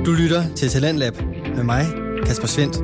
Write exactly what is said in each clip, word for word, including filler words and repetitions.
Du lytter til Talentlab med mig, Kasper Svendt.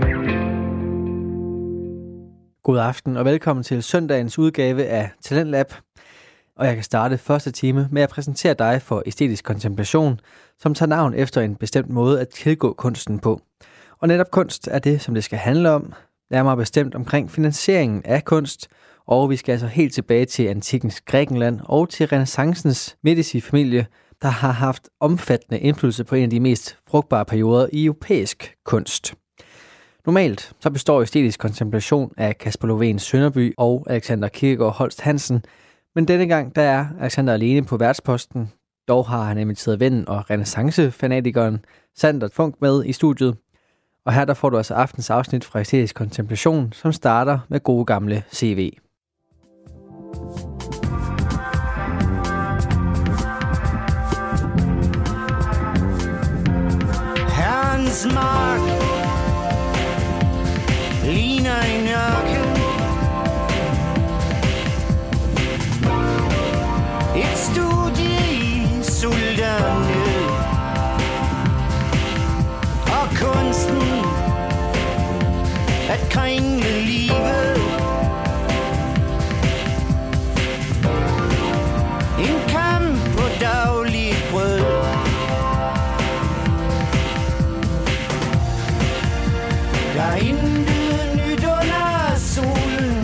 God aften og velkommen til søndagens udgave af Talentlab. Og jeg kan starte første time med at præsentere dig for æstetisk kontemplation, som tager navn efter en bestemt måde at tilgå kunsten på. Og netop kunst er det, som det skal handle om, nærmere bestemt omkring finansieringen af kunst, og vi skal altså helt tilbage til antikkens Grækenland og til renæssancens Medici-familie, der har haft omfattende indflydelse på en af de mest frugtbare perioder i europæisk kunst. Normalt så består æstetisk kontemplation af Caspar Lovén Sønderby og Alexander Kirkegaard Holst Hansen, men denne gang der er Alexander alene på værtsposten. Dog har han inviteret vennen og renæssancefanatikeren Sander Funk med i studiet. Og her der får du altså aftens afsnit fra æstetisk kontemplation, som starter med gode gamle C V. Herrens mark ligner en ørken. Et studie i sulternød. Og kunsten at kringle livet. En kamp på daglig brød. Der er intet nyt under solen.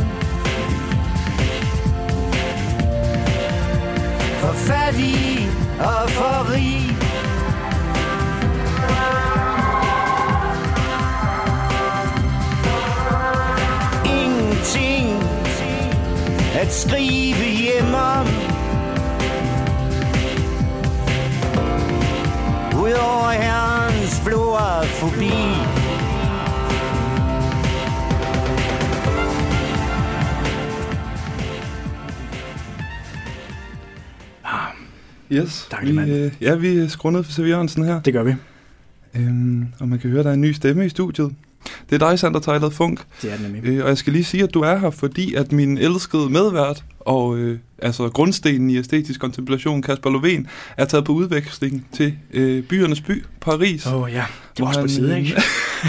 For fattig og for rig. Ingenting at skrive hjem om. Udover herrens flora-fobi. Yes, Dejlig vi, øh, ja, vi skruer ned for C V Jørgensen her. Det gør vi. Øhm, og man kan høre, der er en ny stemme i studiet. Det er dig, Sander Tyler Funk. Det er det nemlig. Øh, og jeg skal lige sige, at du er her, fordi at min elskede medvært og øh, altså grundstenen i æstetisk kontemplation, Caspar Lovén, er taget på udveksling til øh, byernes by, Paris. Åh oh, ja, det var også på side, ikke?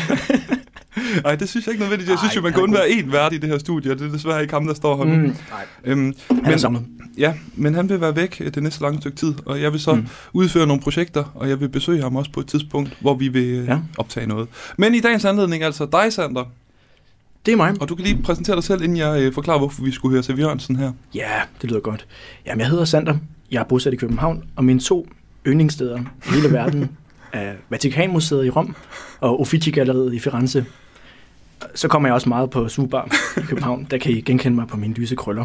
Nej, det synes jeg ikke nødvendigt. Jeg synes jo, man kan kun være én vært i det her studie, og det er desværre ikke ham, der står her nu. Mm, øhm, han er men, samlet. Ja, men han vil være væk det næste lange stykke tid, og jeg vil så mm. udføre nogle projekter, og jeg vil besøge ham også på et tidspunkt, hvor vi vil ja. optage noget. Men i dagens anledning altså dig, Sander. Det er mig. Og du kan lige præsentere dig selv, inden jeg øh, forklarer, hvorfor vi skulle høre C V Jørgensen her. Ja, det lyder godt. Jamen, jeg hedder Sander. Jeg er bosat i København, og mine to yndlingssteder i hele verden er Vatikanmuseet i Rom og Uffizi-galleriet i Firenze. Så kommer jeg også meget på Subar i København. Der kan I genkende mig på mine lyse krøller.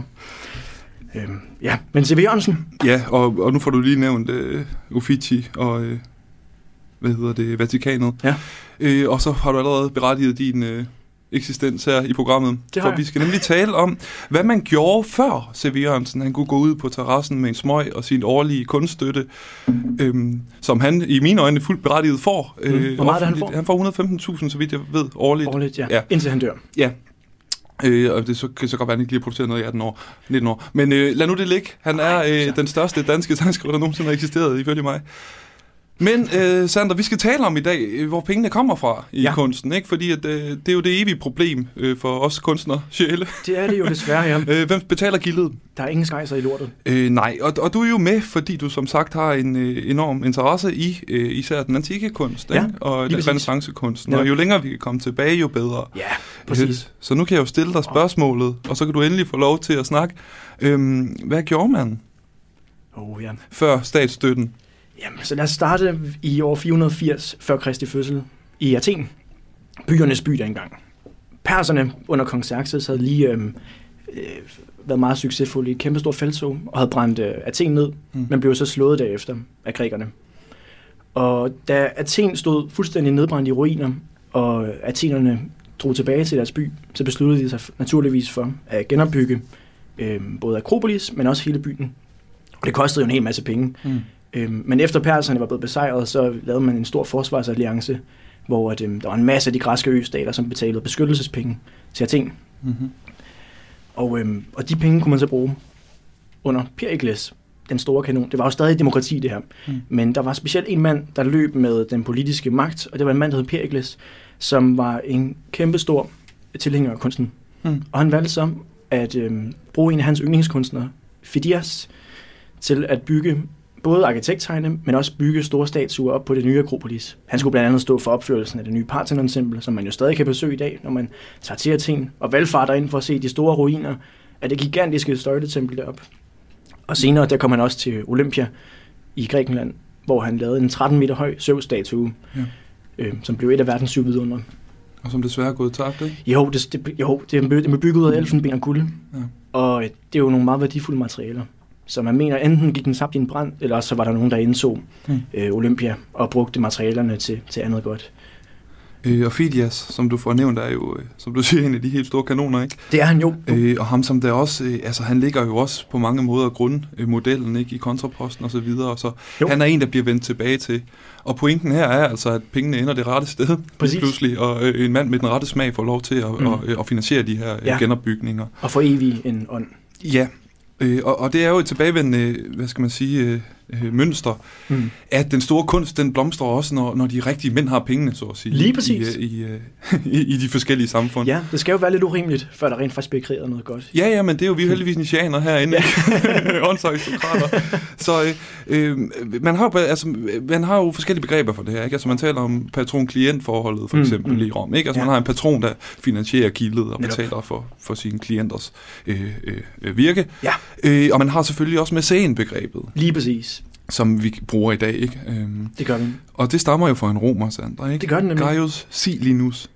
Øhm, ja, men C V Jørgensen. Ja, og, og nu får du lige nævnt uh, Uffizi og uh, hvad hedder det, Vatikanet. Ja. Uh, og så har du allerede berettiget din uh, eksistens her i programmet. Det har For jeg. vi skal nemlig tale om, hvad man gjorde før C V Jørgensen. Han kunne gå ud på terrassen med en smøg og sin årlige kunststøtte, øhm, som han i mine øjne fuldt berettiget får. Mm. Øh, Hvor meget er han får? Han får et hundrede og femten tusind, så vidt jeg ved, årligt. Årligt, ja. ja. Indtil han dør. Ja. Øh, og det så, kan så godt være, at han ikke lige har produceret noget i atten år, nitten år. Men øh, lad nu det ligge. Han er øh, den største danske sangskriver, der nogensinde har eksisteret, ifølge mig. Men øh, Sander, vi skal tale om i dag, øh, hvor pengene kommer fra i ja. kunsten, ikke? Fordi at, øh, det er jo det evige problem øh, for os kunstnere, sjæle. Det er det jo desværre, ja. øh, hvem betaler gildet? Der er ingen skejser i lortet. Øh, nej, og, og du er jo med, fordi du som sagt har en øh, enorm interesse i øh, især den antikke kunst, ja, ikke? Og den renæssancekunsten. Ja. Og jo længere vi kan komme tilbage, jo bedre. Ja, præcis. Så nu kan jeg jo stille dig spørgsmålet, og så kan du endelig få lov til at snakke. Øhm, hvad gjorde man oh, ja. før statsstøtten? Jamen, så lad os starte i år fire hundrede og firs før Kristi fødsel i Athen. Byernes by dengang. Perserne under kong Xerxes havde lige øh, øh, været meget succesfulde i et kæmpestort felttog og havde brændt øh, Athen ned, mm. men blev så slået derefter af grækerne. Og da Athen stod fuldstændig nedbrændt i ruiner, og athenerne drog tilbage til deres by, så besluttede de sig naturligvis for at genopbygge øh, både Akropolis, men også hele byen. Og det kostede jo en hel masse penge. Mm. Øhm, men efter perserne var blevet besejret, så lavede man en stor forsvarsalliance, hvor at, øhm, der var en masse af de græske østater, som betalede beskyttelsespenge til Athen. Mm-hmm. Og, øhm, og de penge kunne man så bruge under Perikles den store kanon. Det var jo stadig demokrati, det her. Mm. Men der var specielt en mand, der løb med den politiske magt, og det var en mand, der hed Perikles, som var en kæmpestor tilhænger af kunsten. Mm. Og han valgte så at øh, bruge en af hans yndlingskunstnere, Fidias, til at bygge både arkitekttegne, men også bygge store statuer op på det nye Akropolis. Han skulle blandt andet stå for opførelsen af det nye Parthenon-tempel, som man jo stadig kan besøge i dag, når man tager til Athen og valgfarter ind for at se de store ruiner af det gigantiske støjtetempel deroppe. Og senere der kom han også til Olympia i Grækenland, hvor han lavede en tretten meter høj Zeus-statue, ja. øh, som blev et af verdens syv vidunder. Og som desværre er gået tabt, ikke? Jo, det, det, jo, det er blev bygget ud af elfenben og guld, ja. Og det er jo nogle meget værdifulde materialer. Så man mener, enten gik den tabt i en brand, eller så var der nogen, der indså hmm. øh, Olympia og brugte materialerne til, til andet godt. Øh, og Fidias, som du får nævnt, er jo, som du siger, en af de helt store kanoner, ikke? Det er han jo. Øh, og ham som der også, øh, altså han ligger jo også på mange måder grundmodellen, ikke? I kontraposten og så videre, så jo. Han er en, der bliver vendt tilbage til. Og pointen her er altså, at pengene ender det rette sted, pludselig, og øh, en mand med den rette smag får lov til at, mm. at, at finansiere de her ja. genopbygninger. Og for evig en ånd. Ja. Øh, og, og det er jo et tilbagevendende, hvad skal man sige, øh, øh, mønster, mm. at den store kunst, den blomstrer også, når, når de rigtige mænd har pengene, så at sige. Lige præcis. I, i, i, i de forskellige samfund. Ja, det skal jo være lidt urimeligt, før der rent faktisk bliver kreeret noget godt. Ja, ja, men det er jo vi heldigvis nitianer herinde, ja. Åndsaristokrater. Så øh, man, har, altså, man har jo forskellige begreber for det her, ikke? Altså man taler om patron-klient-forholdet, for eksempel mm. i Rom, ikke? Altså ja. Man har en patron, der finansierer gildet og betaler Netop. for, for sine klienters øh, øh, virke. Ja. Øh, og man har selvfølgelig også mæcen-begrebet. Lige præcis. Som vi bruger i dag, ikke? Øhm, det gør vi. Og det stammer jo fra en romer, Sandra, ikke? Det gør den nemlig. Gaius Silinus.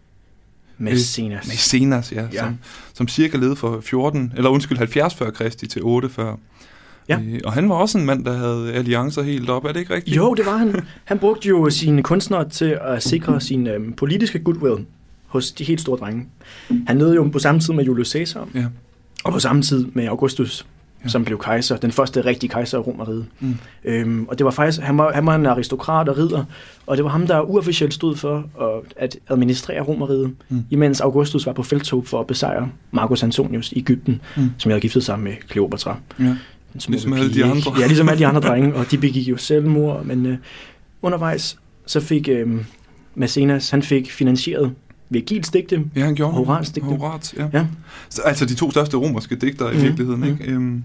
Mæcenas. Øh, Mæcenas, ja. ja. Som, som cirka levede fra fjorten, eller undskyld, halvfjerds før Kristi til otte før. Ja. Øh, og han var også en mand, der havde alliancer helt op, er det ikke rigtigt? Jo, det var han. Han brugte jo sine kunstnere til at sikre sin øhm, politiske goodwill hos de helt store drenge. Han levede jo på samme tid med Julius Caesar, ja. Og på samme tid med Augustus, ja. Som blev kejser, den første rigtige kejser af Romerriget. Mm. Øhm, og det var faktisk, han var, han var en aristokrat og ridder, og det var ham, der uofficielt stod for at administrere Romerriget, mm. imens Augustus var på felttog for at besejre Marcus Antonius i Egypten, mm. som havde giftet sig med Kleopatra. Ja. Ligesom alle de andre. Ja, ligesom alle de andre drenge, og de begik jo selvmord, men øh, undervejs så fik øh, Mæcenas, han fik finansieret Virgils digte, ja, han gjorde Horats digte. Horat, ja. ja. Så, altså de to største romerske digtere mm. i virkeligheden, mm. ikke? Øhm,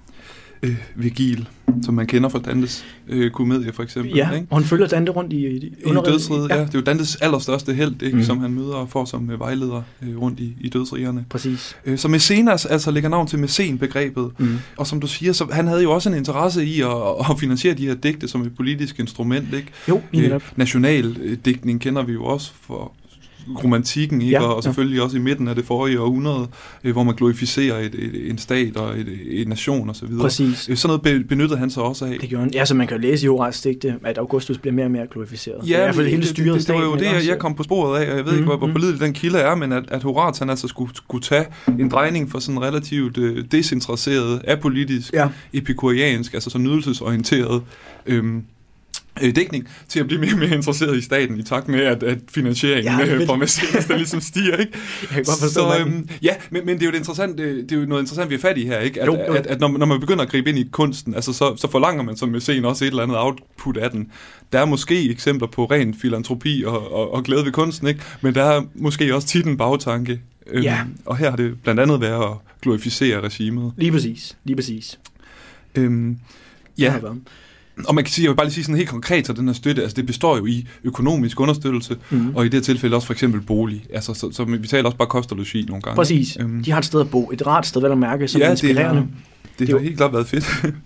øh, Virgil, som man kender fra Dantes øh, komedie for eksempel. Ja, ikke? og han følger Dante rundt i, i, I dødsriget, ja. ja. Det er jo Dantes allerstørste held, ikke? Mm. Som han møder og får som vejleder øh, rundt i, i dødsrigerne. Præcis. Øh, så Mæcenas altså lægger navn til mæcen-begrebet. Mm. Og som du siger, så han havde jo også en interesse i at, at finansiere de her digte som et politisk instrument, ikke? Jo, øh, nationaldigtning kender vi jo også for romantikken, ikke? Ja, og, og selvfølgelig ja. også i midten af det forrige århundrede, øh, hvor man glorificerer et, et, en stat og et, en nation og så videre. Præcis. Øh, sådan noget benyttede han sig også af. Det gjorde han. Ja, så man kan jo læse i Horats digte, at Augustus bliver mere og mere glorificeret. Ja, det er i hvert fald hele styret. Det, det, det var jo det, jeg, jeg kom på sporet af, og jeg ved mm, ikke, hvor, hvor pålidelig den kilde er, men at, at Horat han altså skulle, skulle tage en drejning for sådan relativt øh, desinteresseret, apolitisk, ja. epikuriansk, altså så nydelsesorienteret øhm, dækning til at blive mere og mere interesseret i staten i takt med, at, at finansieringen ja, for Mæcenas, der ligesom stiger, ikke? Jeg kan godt forstå, så, øhm, ja, men, men det er jo det interessant, det, det er jo noget interessant, vi er fat i her, ikke? At, jo, jo. at, at når, når man begynder at gribe ind i kunsten, altså så, så forlanger man som mæcen også et eller andet output af den. Der er måske eksempler på ren filantropi og, og, og glæde ved kunsten, ikke? Men der er måske også tit en bagtanke. Øhm, ja. Og her har det blandt andet været at glorificere regimet. Lige præcis, lige præcis. Øhm, ja. Og man kan sige, jeg vil bare lige sige sådan helt konkret, så den her støtte, altså det består jo i økonomisk understøttelse, mm. og i det her tilfælde også for eksempel bolig. Altså, så, så vi taler også bare kost og logi nogle gange. Præcis. Øhm. De har et sted at bo, et rart sted, vel at mærke, som ja, er inspirerende. Det, det, det har helt klart været fedt.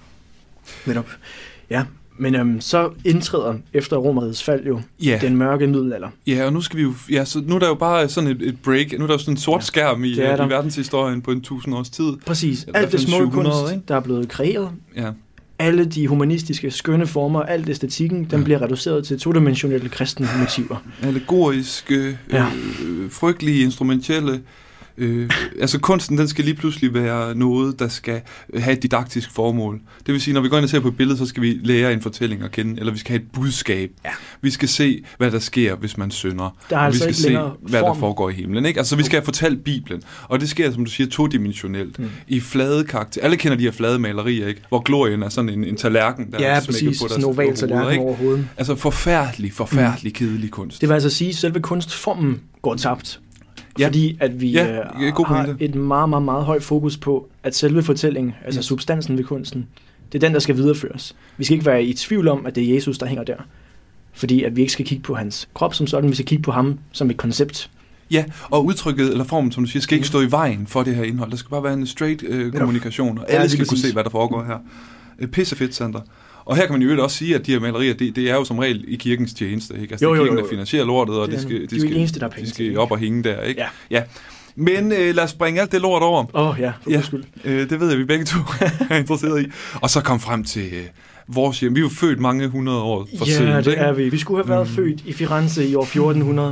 Netop. Ja, men øhm, så indtræder efter Romerrigets fald jo yeah. den mørke middelalder. Ja, og nu skal vi jo, ja, så nu er der jo bare sådan et, et break, nu er der jo sådan en sort ja, skærm i, i verdenshistorien på en tusind års tid. Præcis. Alt det smukke kunst, ikke? Der er blevet kreeret. Ja. Alle de humanistiske, skønne former, alt æstetikken, den ja. bliver reduceret til todimensionelle kristne motiver. Allegoriske, ja. øh, frygtelige, instrumentelle, Øh, altså kunsten, den skal lige pludselig være noget, der skal have et didaktisk formål. Det vil sige, når vi går ind og ser på et billede, så skal vi lære en fortælling at kende, eller vi skal have et budskab. Ja. Vi skal se, hvad der sker, hvis man synder. Der er og altså vi skal ikke se, form. hvad der foregår i himlen. Ikke? Altså, vi skal have fortalt Bibelen. Og det sker, som du siger, todimensionelt. Mm. I flade karakter. Alle kender de her flade malerier, ikke? Hvor glorien er sådan en, en tallerken, der ja, er præcis. på Sådan en oval tallerken over hovedet. Altså forfærdelig, forfærdelig, mm. kedelig kunst. Det vil altså sige, at selve kunstformen går tabt. Ja. Fordi at vi ja, øh, har et meget, meget, meget højt fokus på, at selve fortællingen, altså yes. substansen ved kunsten, det er den, der skal videreføres. Vi skal ikke være i tvivl om, at det er Jesus, der hænger der. Fordi at vi ikke skal kigge på hans krop som sådan, vi skal kigge på ham som et koncept. Ja, og udtrykket, eller formen, som du siger, skal ikke stå i vejen for det her indhold. Der skal bare være en straight øh, kommunikation, og alle ja, skal kunne se, hvad der foregår her. Øh, Pissefedt, Sander. Og her kan man jo også sige, at de her malerier, det, det er jo som regel i kirkens tjeneste, ikke? Altså, jo, jo, jo, jo. Det er kirken, der finansierer lortet, og det, det, skal, det, det, skal, eneste, der de skal op og hænge der, ikke? Ja. ja. Men øh, lad os bringe alt det lort over. Åh oh, ja, for ja. skyld. Øh, det ved jeg, vi begge to er interesseret i. Og så kom frem til øh, vores hjem. Vi er jo født mange hundrede år for ja, siden. Ja, det er vi. Vi skulle have været mm. født i Firenze i år fjorten hundrede.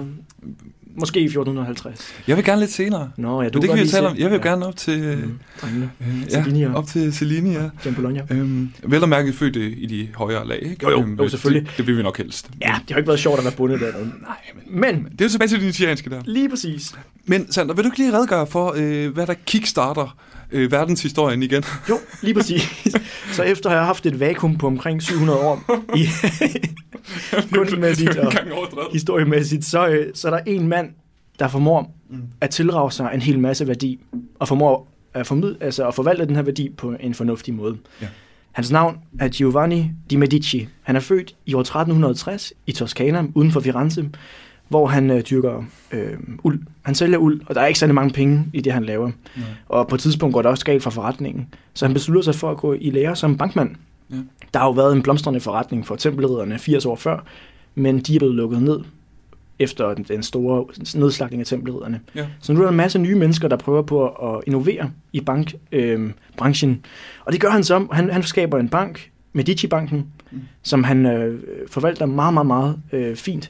Måske i fjorten halvtreds. Jeg vil gerne lidt senere. Nå, ja, du det kan vi tale om. Jeg vil ja. gerne op til mm. øh, ja, op til Cellini, ja. Bologna. Øhm, vel og mærke født i de højere lag, ikke? Jo, jo, øhm, jo selvfølgelig. Det, det vil vi nok helst. Ja, det har ikke været sjovt at være bundet der. Nej, men, men det er jo tilbage til det italienske der. Lige præcis. Men Sander, vil du ikke lige redegøre for, øh, hvad der kickstarter øh, verdenshistorien igen? Jo, lige præcis. Så efter at have haft et vakuum på omkring syv hundrede år i kunstmæssigt og historiemæssigt, så, øh, så er der en mand, der formår mm. at tilrage sig en hel masse værdi, og formår at, formid, altså at forvalte den her værdi på en fornuftig måde. Ja. Hans navn er Giovanni di Medici. Han er født i år tretten tres i Toskana, uden for Firenze, hvor han øh, dyrker øh, uld. Han sælger uld, og der er ikke særlig mange penge i det, han laver. Ja. Og på et tidspunkt går det også galt for forretningen. Så han beslutter sig for at gå i lære som bankmand. Ja. Der har jo været en blomstrende forretning for tempelridderne firs år før, men de er blevet lukket ned efter den store nedslagning af tempelridderne. Ja. Så nu er der en masse nye mennesker, der prøver på at innovere i bankbranchen. Øh, og det gør han så. Han, han skaber en bank, Medici-banken, mm. som han øh, forvalter meget, meget, meget øh, fint.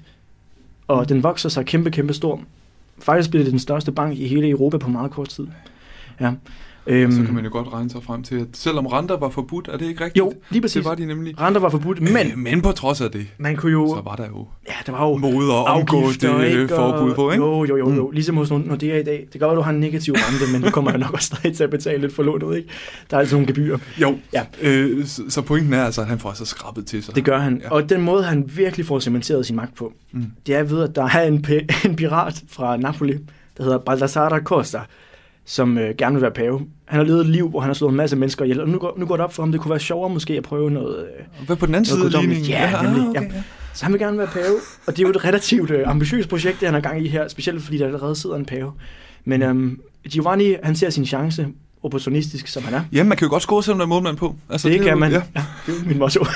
Og mm. den vokser sig kæmpe, kæmpe stor. Faktisk bliver det den største bank i hele Europa på meget kort tid. Ja. Øhm, så kan man jo godt regne sig frem til, at selvom renter var forbudt, er det ikke rigtigt? Jo, lige præcis. Det var de nemlig. Renter var forbudt, men... Øh, men på trods af det, man kunne jo, så var der jo, ja, der var jo måde at omgå det forbud på, ikke? Jo, jo, jo, jo. Ligesom hos Nordea i dag. Det kan godt være, du har en negativ rente, men du kommer jo nok også stadig til at betale lidt for lånet, ikke? Der er altså nogle gebyrer. Jo, ja. øh, så, så pointen er altså, at han får altså skrabet til sig. Det gør han. Ja. Og den måde, han virkelig får cementeret sin magt på, mm. det er ved, at der er en, en pirat fra Napoli, der hedder Baldassare Costa, som øh, gerne vil være pave. Han har levet et liv, hvor han har slået en masse mennesker ihjel, og nu går, nu går det op for ham, det kunne være sjovere måske at prøve noget... Øh, Hvad på den anden side af ligningen? Ja, ja, nemlig, okay, ja. Ja. Så han vil gerne være pave, og det er jo et relativt øh, ambitiøst projekt, det han har gang i her, specielt fordi der allerede sidder en pave. Men øhm, Giovanni, han ser sin chance, opportunistisk som han er. Jamen, man kan jo godt score, selvom der er målmand på. Altså, det, det kan jo, man. Ja. Ja, det er min motto.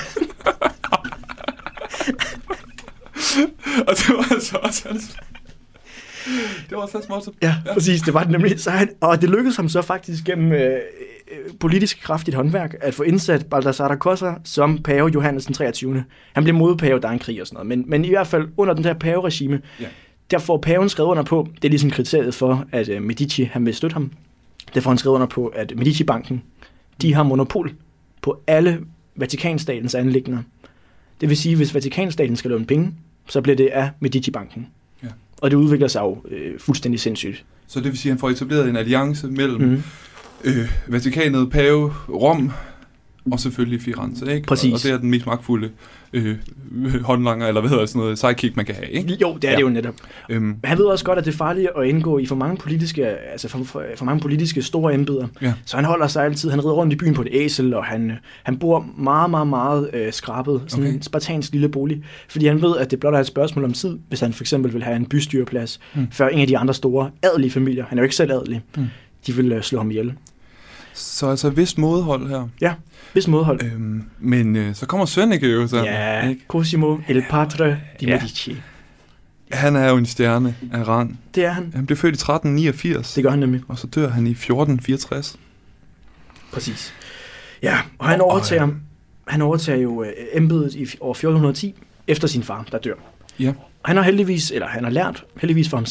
Og det var altså også hans... Det var så småt. Ja, ja, præcis, det var det nemlig. Så han, og det lykkedes ham så faktisk gennem øh, politisk kraftigt håndværk at få indsat Baldassare Costa som pave Johannes den treogtyvende. Han blev modpave, der er en krig og sådan noget. Men, men i hvert fald under den der paveregime, ja. Der får paven skrevet under på, det er ligesom kriteriet for, at øh, Medici han vil støtte ham. Der får han skrevet under på, at Medici-banken, de har monopol på alle Vatikanstatens anliggender. Det vil sige, hvis Vatikanstaten skal låne penge, så bliver det af Medici-banken. Ja. Og det udvikler sig jo øh, fuldstændig sindssygt. Så det vil sige, at han får etableret en alliance mellem mm. øh, Vatikanet, Pave, Rom og selvfølgelig Firenze, ikke? Præcis. Og, og det er den mest magtfulde øh, håndlanger, eller hvad hedder sådan noget, sidekick, man kan have, ikke? Jo, det er ja. Det jo netop. Øhm. Han ved også godt, at det er farligt at indgå i for mange politiske, altså for, for, for mange politiske store embeder. Ja. Så han holder sig altid, han rider rundt i byen på et æsel, og han, han bor meget, meget, meget øh, skrabet, sådan okay. en spartansk lille bolig, fordi han ved, at det blot er et spørgsmål om tid, hvis han for eksempel vil have en bystyreplads, hmm. før en af de andre store adelige familier, han er jo ikke selv adelig, hmm. de vil øh, slå ham ihjel. Så altså vist modhold her. Ja, vist modhold. Øhm, men øh, så kommer Sønneke jo så. Ja, ikke? Cosimo el padre di ja. Medici. Han er jo en stjerne af rang. Det er han. Han blev født i tretten niogfirs. Det gør han nemlig. Og så dør han i fjorten fireogtres. Præcis. Ja, og han overtager, og, han overtager jo øh, embedet i år fjorten ti efter sin far, der dør. Ja. Han har heldigvis, eller han har lært, heldigvis for ham selv,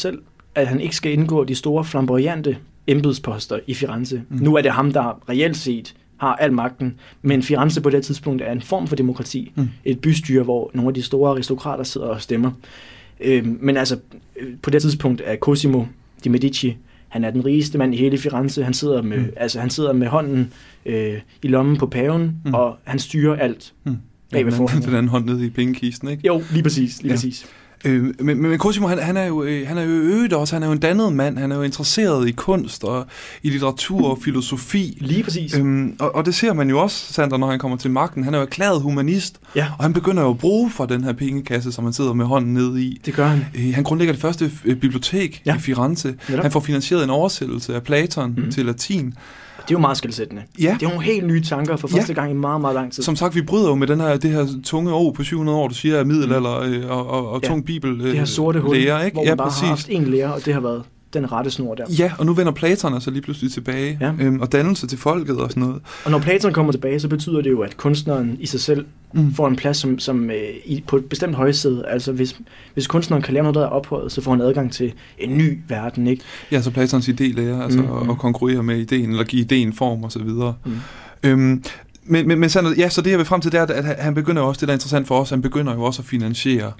at han ikke skal indgå de store flamboyante embedsposter i Firenze. Mm. Nu er det ham, der reelt set har al magten, men Firenze på det tidspunkt er en form for demokrati. Mm. Et bystyre, hvor nogle af de store aristokrater sidder og stemmer. Øh, men altså, på det tidspunkt er Cosimo de Medici, han er den rigeste mand i hele Firenze. Han sidder med, mm. altså, han sidder med hånden øh, i lommen på paven, mm. og han styrer alt. Mm. Ja, med den anden hånd nede i pengekisten, ikke? Jo, lige præcis. Lige ja. præcis. Øh, men, men Cosimo, han, han er jo øh, han er jo øget også, han er jo en dannet mand, han er jo interesseret i kunst og i litteratur og filosofi. Lige præcis. Øhm, og, og det ser man jo også, Sander, når han kommer til magten. Han er jo erklæret humanist, ja. og han begynder jo at bruge for den her pengekasse, som han sidder med hånden nede i. Det gør han. Øh, han grundlægger det første øh, bibliotek ja. i Firenze. Netop. Han får finansieret en oversættelse af Platon mm. til latin. Det er jo meget skelsættende. Ja. Det er nogle helt nye tanker for første ja. gang i meget, meget lang tid. Som sagt, vi bryder jo med den her, det her tunge år på syv hundrede år, du siger, er middelalder øh, og, og, og ja. tung bibel øh, det her sorte hul, lærer, ikke? hvor man ja, bare præcis. har haft en lærer, og det har været den rette snor der. Ja, og nu vender Platon altså lige pludselig tilbage, ja. øhm, og dannelse til folket og sådan noget. Og når Platon kommer tilbage, så betyder det jo, at kunstneren i sig selv mm. får en plads som, som øh, i, på et bestemt højsæde. Altså hvis, hvis kunstneren kan lave noget, der er ophøjet, så får han adgang til en ny verden, ikke? Ja, så Platons idélærer, altså mm. at konkurrere med ideen, eller give ideen form og så videre. Mm. Øhm, men, men, men sådan, ja, så det jeg vil frem til, det er, at han begynder også, det der er interessant for os, han begynder jo også at finansiere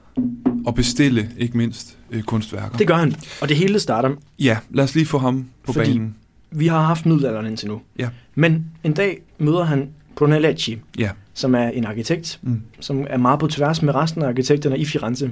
og bestille, ikke mindst, øh, kunstværker. Det gør han, og det hele starter. Ja, lad os lige få ham på fordi banen. Vi har haft middelalderen indtil nu. Ja. Men en dag møder han Brunelleschi, ja. som er en arkitekt, mm. som er meget på tværs med resten af arkitekterne i Firenze.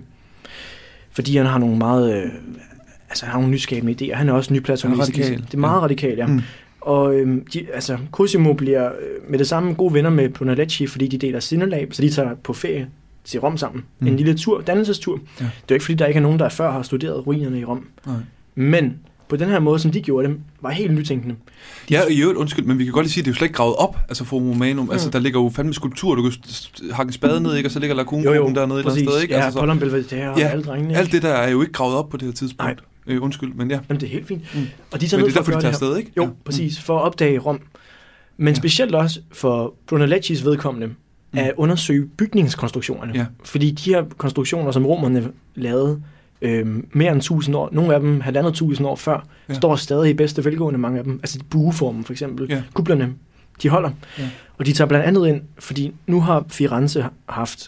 Fordi han har nogle meget, øh, altså han har nogle nyskabende idéer. Han er også nyplatonistisk. Det er meget ja. radikalt, ja. Mm. Og øh, de, altså, Cosimo bliver øh, med det samme gode venner med Brunelleschi, fordi de deler sindelag, så de tager på ferie til Rom sammen. Mm. En lille tur, dannelsestur. Ja. Det er jo ikke fordi, der ikke er nogen, der før har studeret ruinerne i Rom. Nej. Men på den her måde, som de gjorde dem, var helt nytænkende. De ja, i øvrigt, undskyld, men vi kan godt lige sige, at det er jo slet ikke gravet op, altså Forum Romanum. Mm. Altså, der ligger jo fandme skulptur, du kan hakke en spade ned, ikke? Og så ligger Lagungruppen dernede et eller andet sted, ikke? Ja, altså, Apollon Belvedere og ja, alle drengene. Alt det der er jo ikke gravet op på det her tidspunkt. Nej. Øh, undskyld, men ja. Jamen, det er helt fint. Mm. Og de tager men det er derfor, de tager afsted, ikke? Jo, ja. præcis, for at opdage Rom. Men ja. specielt også for Brunelleschis vedkommende, mm. at undersøge bygningskonstruktionerne. Ja. Fordi de her konstruktioner, som romerne lavede øh, mere end tusind år, nogle af dem halvandet tusind år før, ja. står stadig i bedste velgående, mange af dem. Altså bueformen for eksempel. Ja. Kuplerne, de holder. Ja. Og de tager blandt andet ind, fordi nu har Firenze haft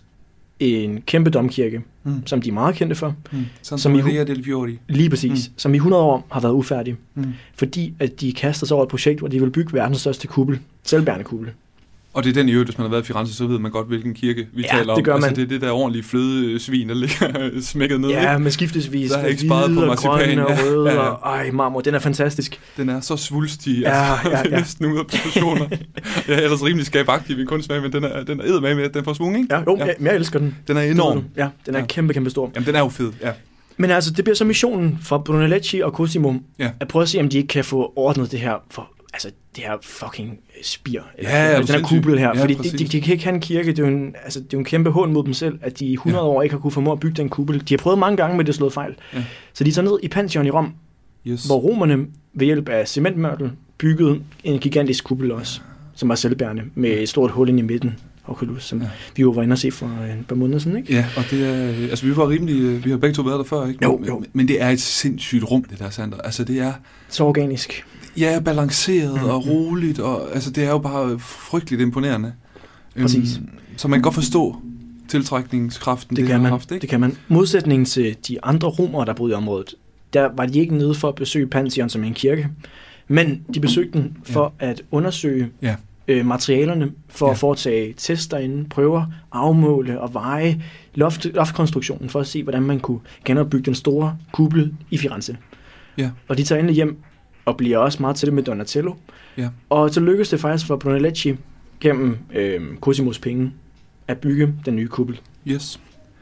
en kæmpe domkirke, mm. som de er meget kendte for. Mm. Santa Maria del Fiori. Lige præcis. Mm. Som i hundrede år har været ufærdig. Mm. Fordi at de kaster sig over et projekt, hvor de vil bygge verdens største kuppel. Selvbærende kuppel. Og det er den i øvrigt, hvis man har været i Firenze, så ved man godt, hvilken kirke vi ja, taler om. Det gør man. Altså, det er det der ordentlige flødesvin, der ligger smækket ned. Ja, ikke? med skiftesvis. Der er ikke sparet på marcipan. Og røde, ja, ja. Og, ej, marmor, den er fantastisk. Den er så svulstig, ja, altså, ja, ja. det er næsten ude af proportioner. Jeg er ellers rimelig skabagtig ved kunstsmag, men den er, den er eddermame med, at den får svung, ikke? Ja, jo, ja. jeg elsker den. Den er enorm. Ja, den er ja. kæmpe, kæmpe stor. Jamen, den er jo fed, ja. Men altså, det bliver så missionen fra Brunelleschi og Cosimo, ja. at prøve at se, om de ikke kan få ordnet det her for altså det her fucking spir, eller, ja, den her kuppel her, ja, fordi de, de, de kan ikke have en kirke, det er jo en, altså, det er jo en kæmpe hån mod dem selv, at de i hundrede ja. år ikke har kunne formå at bygge den kuppel. De har prøvet mange gange, men det er slået fejl. Ja. Så de tager ned i Pantheon i Rom, yes. hvor romerne ved hjælp af cementmørtel byggede en gigantisk kuppel også, som var selvbærende, med et stort hul ind i midten. Oculus, som ja. vi jo var inde og se for en par måneder siden, ikke? Ja, og det er, altså vi var rimelig, vi har begge to været der før, ikke? Jo, men, jo. Men det er et sindssygt rum, det der, Sander. Altså det er... Så organisk. Ja, balanceret mm-hmm. og roligt, og altså det er jo bare frygteligt imponerende. Præcis. Um, så man kan godt forstå tiltrækningskraften, det, det kan har man, haft, ikke? Det kan man. Modsætningen til de andre romere, der boede i området, der var de ikke nede for at besøge Pantheon som en kirke, men de besøgte den for ja. at undersøge ja. øh, materialerne, for ja. at foretage tester derinde, prøver, afmåle og veje loft, loftkonstruktionen, for at se, hvordan man kunne genopbygge den store kuppel i Firenze. Ja. Og de tager endelig hjem og bliver også meget til det med Donatello. Ja. Og så lykkedes det faktisk for Brunelleschi gennem øh, Cosimos penge at bygge den nye kuppel. Yes.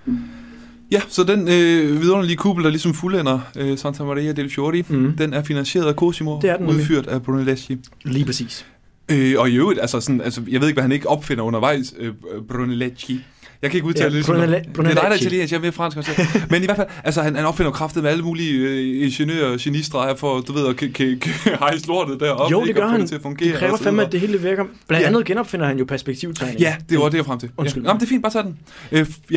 Ja, så den øh, vidunderlige kuppel, der ligesom fuldender øh, Santa Maria del Fiori, mm. den er finansieret af Cosimo, det er den udført af Brunelleschi. Lige præcis. Øh, og i øvrigt, altså sådan, altså, jeg ved ikke, hvad han ikke opfinder undervejs, øh, Brunelleschi. Jeg kan ikke udtale ja, det. Brunelle- det er dig, der er italiensk, jeg er mere fransk også. Men i hvert fald, altså han, han opfinder kraftet med alle mulige øh, ingeniører og genistreger for, du ved, at k- k- k- hejse lortet deroppe. Jo, det gør han. Det, til at fungere, det kræver fandme, at det hele virker. Blandt ja. andet genopfinder han jo perspektivtegning. Ja, det var det, jeg frem til. Undskyld. Ja. Nå, men det er fint, bare tag den. Øh, ja.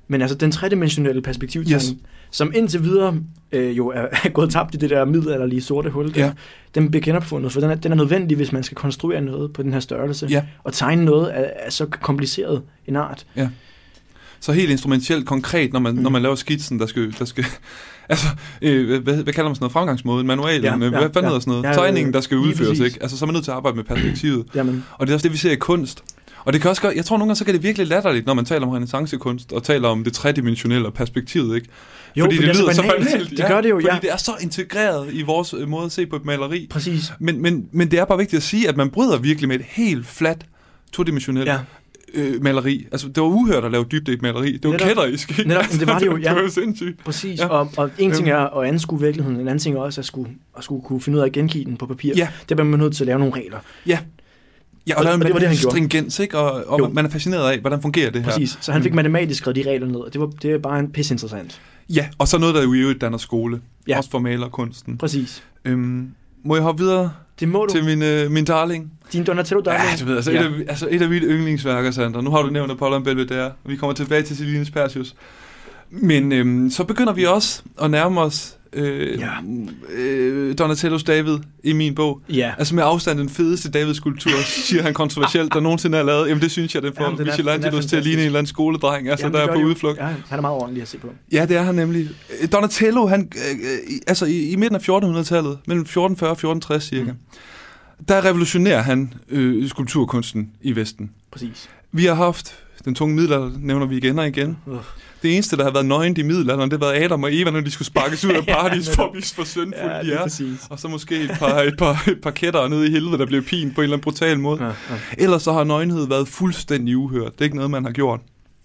Men altså den tredimensionelle perspektivtegning, yes. som indtil videre øh, jo er, er gået tabt i det der middelalderlige sorte hul, der, ja. den bliver genopfundet, for den er, den er nødvendig, hvis man skal konstruere noget på den her størrelse, ja. og tegne noget af, af så kompliceret en art. Ja. Så helt instrumentielt konkret, når man, mm. når man laver skitsen, der skal... Der skal altså, øh, hvad, hvad kalder man sådan noget? Fremgangsmåde, manualen, ja, ja, hvad fanden ja. hedder sådan noget? Ja, tegningen, der skal udføres, ikke? Altså, så er man nødt til at arbejde med perspektivet. Jamen. Og det er også det, vi ser i kunst. Og det kan også godt, jeg tror nogle gange, så kan det virkelig latterligt, når man taler om renæssancekunst, og taler om det tredimensionelle perspektivet, ikke? Jo, fordi, fordi det, det lyder så banalt. Det gør det jo, fordi ja. Fordi det er så integreret i vores måde at se på et maleri. Præcis. Men, men, men det er bare vigtigt at sige, at man bryder virkelig med et helt fladt, todimensionelt ja. øh, maleri. Altså, det var uhørt at lave dybde i et maleri. Det var kætterisk, ikke? Netop, det var det jo, ja. Det var sindssygt. Præcis, ja. og, og en ting er at anskue virkeligheden, en anden ting er også at skulle, at skulle kunne finde ud af at gengive den på papir. Ja. Det bliver man nødt til at lave nogle regler. Ja. Ja, og, og der er en matematisk stringens, ikke? Og, og man er fascineret af, hvordan fungerer det her. Præcis, så han fik matematisk skrevet de regler ned, og det, var, det er bare en pisse interessant. Ja, og så noget, der jo i øvrigt danner skole. Ja. Også for malerkunsten. Præcis. Øhm, må jeg hoppe videre det må du. til min, øh, min darling? Din Donatello-darling? Ja, du ved, altså, ja. Et, af, altså et af mine yndlingsværker, Sandra. Nu har du nævnt Apollon Belvedere, og vi kommer tilbage til Celinus Perseus. Men øhm, så begynder vi også at nærme os Øh, ja. øh, Donatellos David i min bog. Ja. Altså med afstand den fedeste David-skulptur, siger han kontroversielt, der nogensinde er lavet. Jamen det synes jeg, den får ja, Michelangelos til at ligne en eller anden skoledreng, altså jamen, der er på udflugt. Ja, han er meget ordentlig at se på. Ja, det er han nemlig. Donatello, han, øh, altså i, i midten af fjortenhundredetallet, mellem fjorten fyrre og fjorten tres cirka, mm. der revolutionerer han øh, skulpturkunsten i Vesten. Præcis. Vi har haft den tunge middelalder, nævner vi igen og igen. Uh. Det eneste, der har været nøgent i middelalderen, det har været Adam og Eva, når de skulle sparkes ud af paradis for at vise for syndfulde ja, de er. Præcis. Og så måske et par, et par, et par kætter nede i helvede, der blev pint på en eller anden brutal måde. Ja, ja. Ellers så har nøgenhed været fuldstændig uhørt. Det er ikke noget, man har gjort.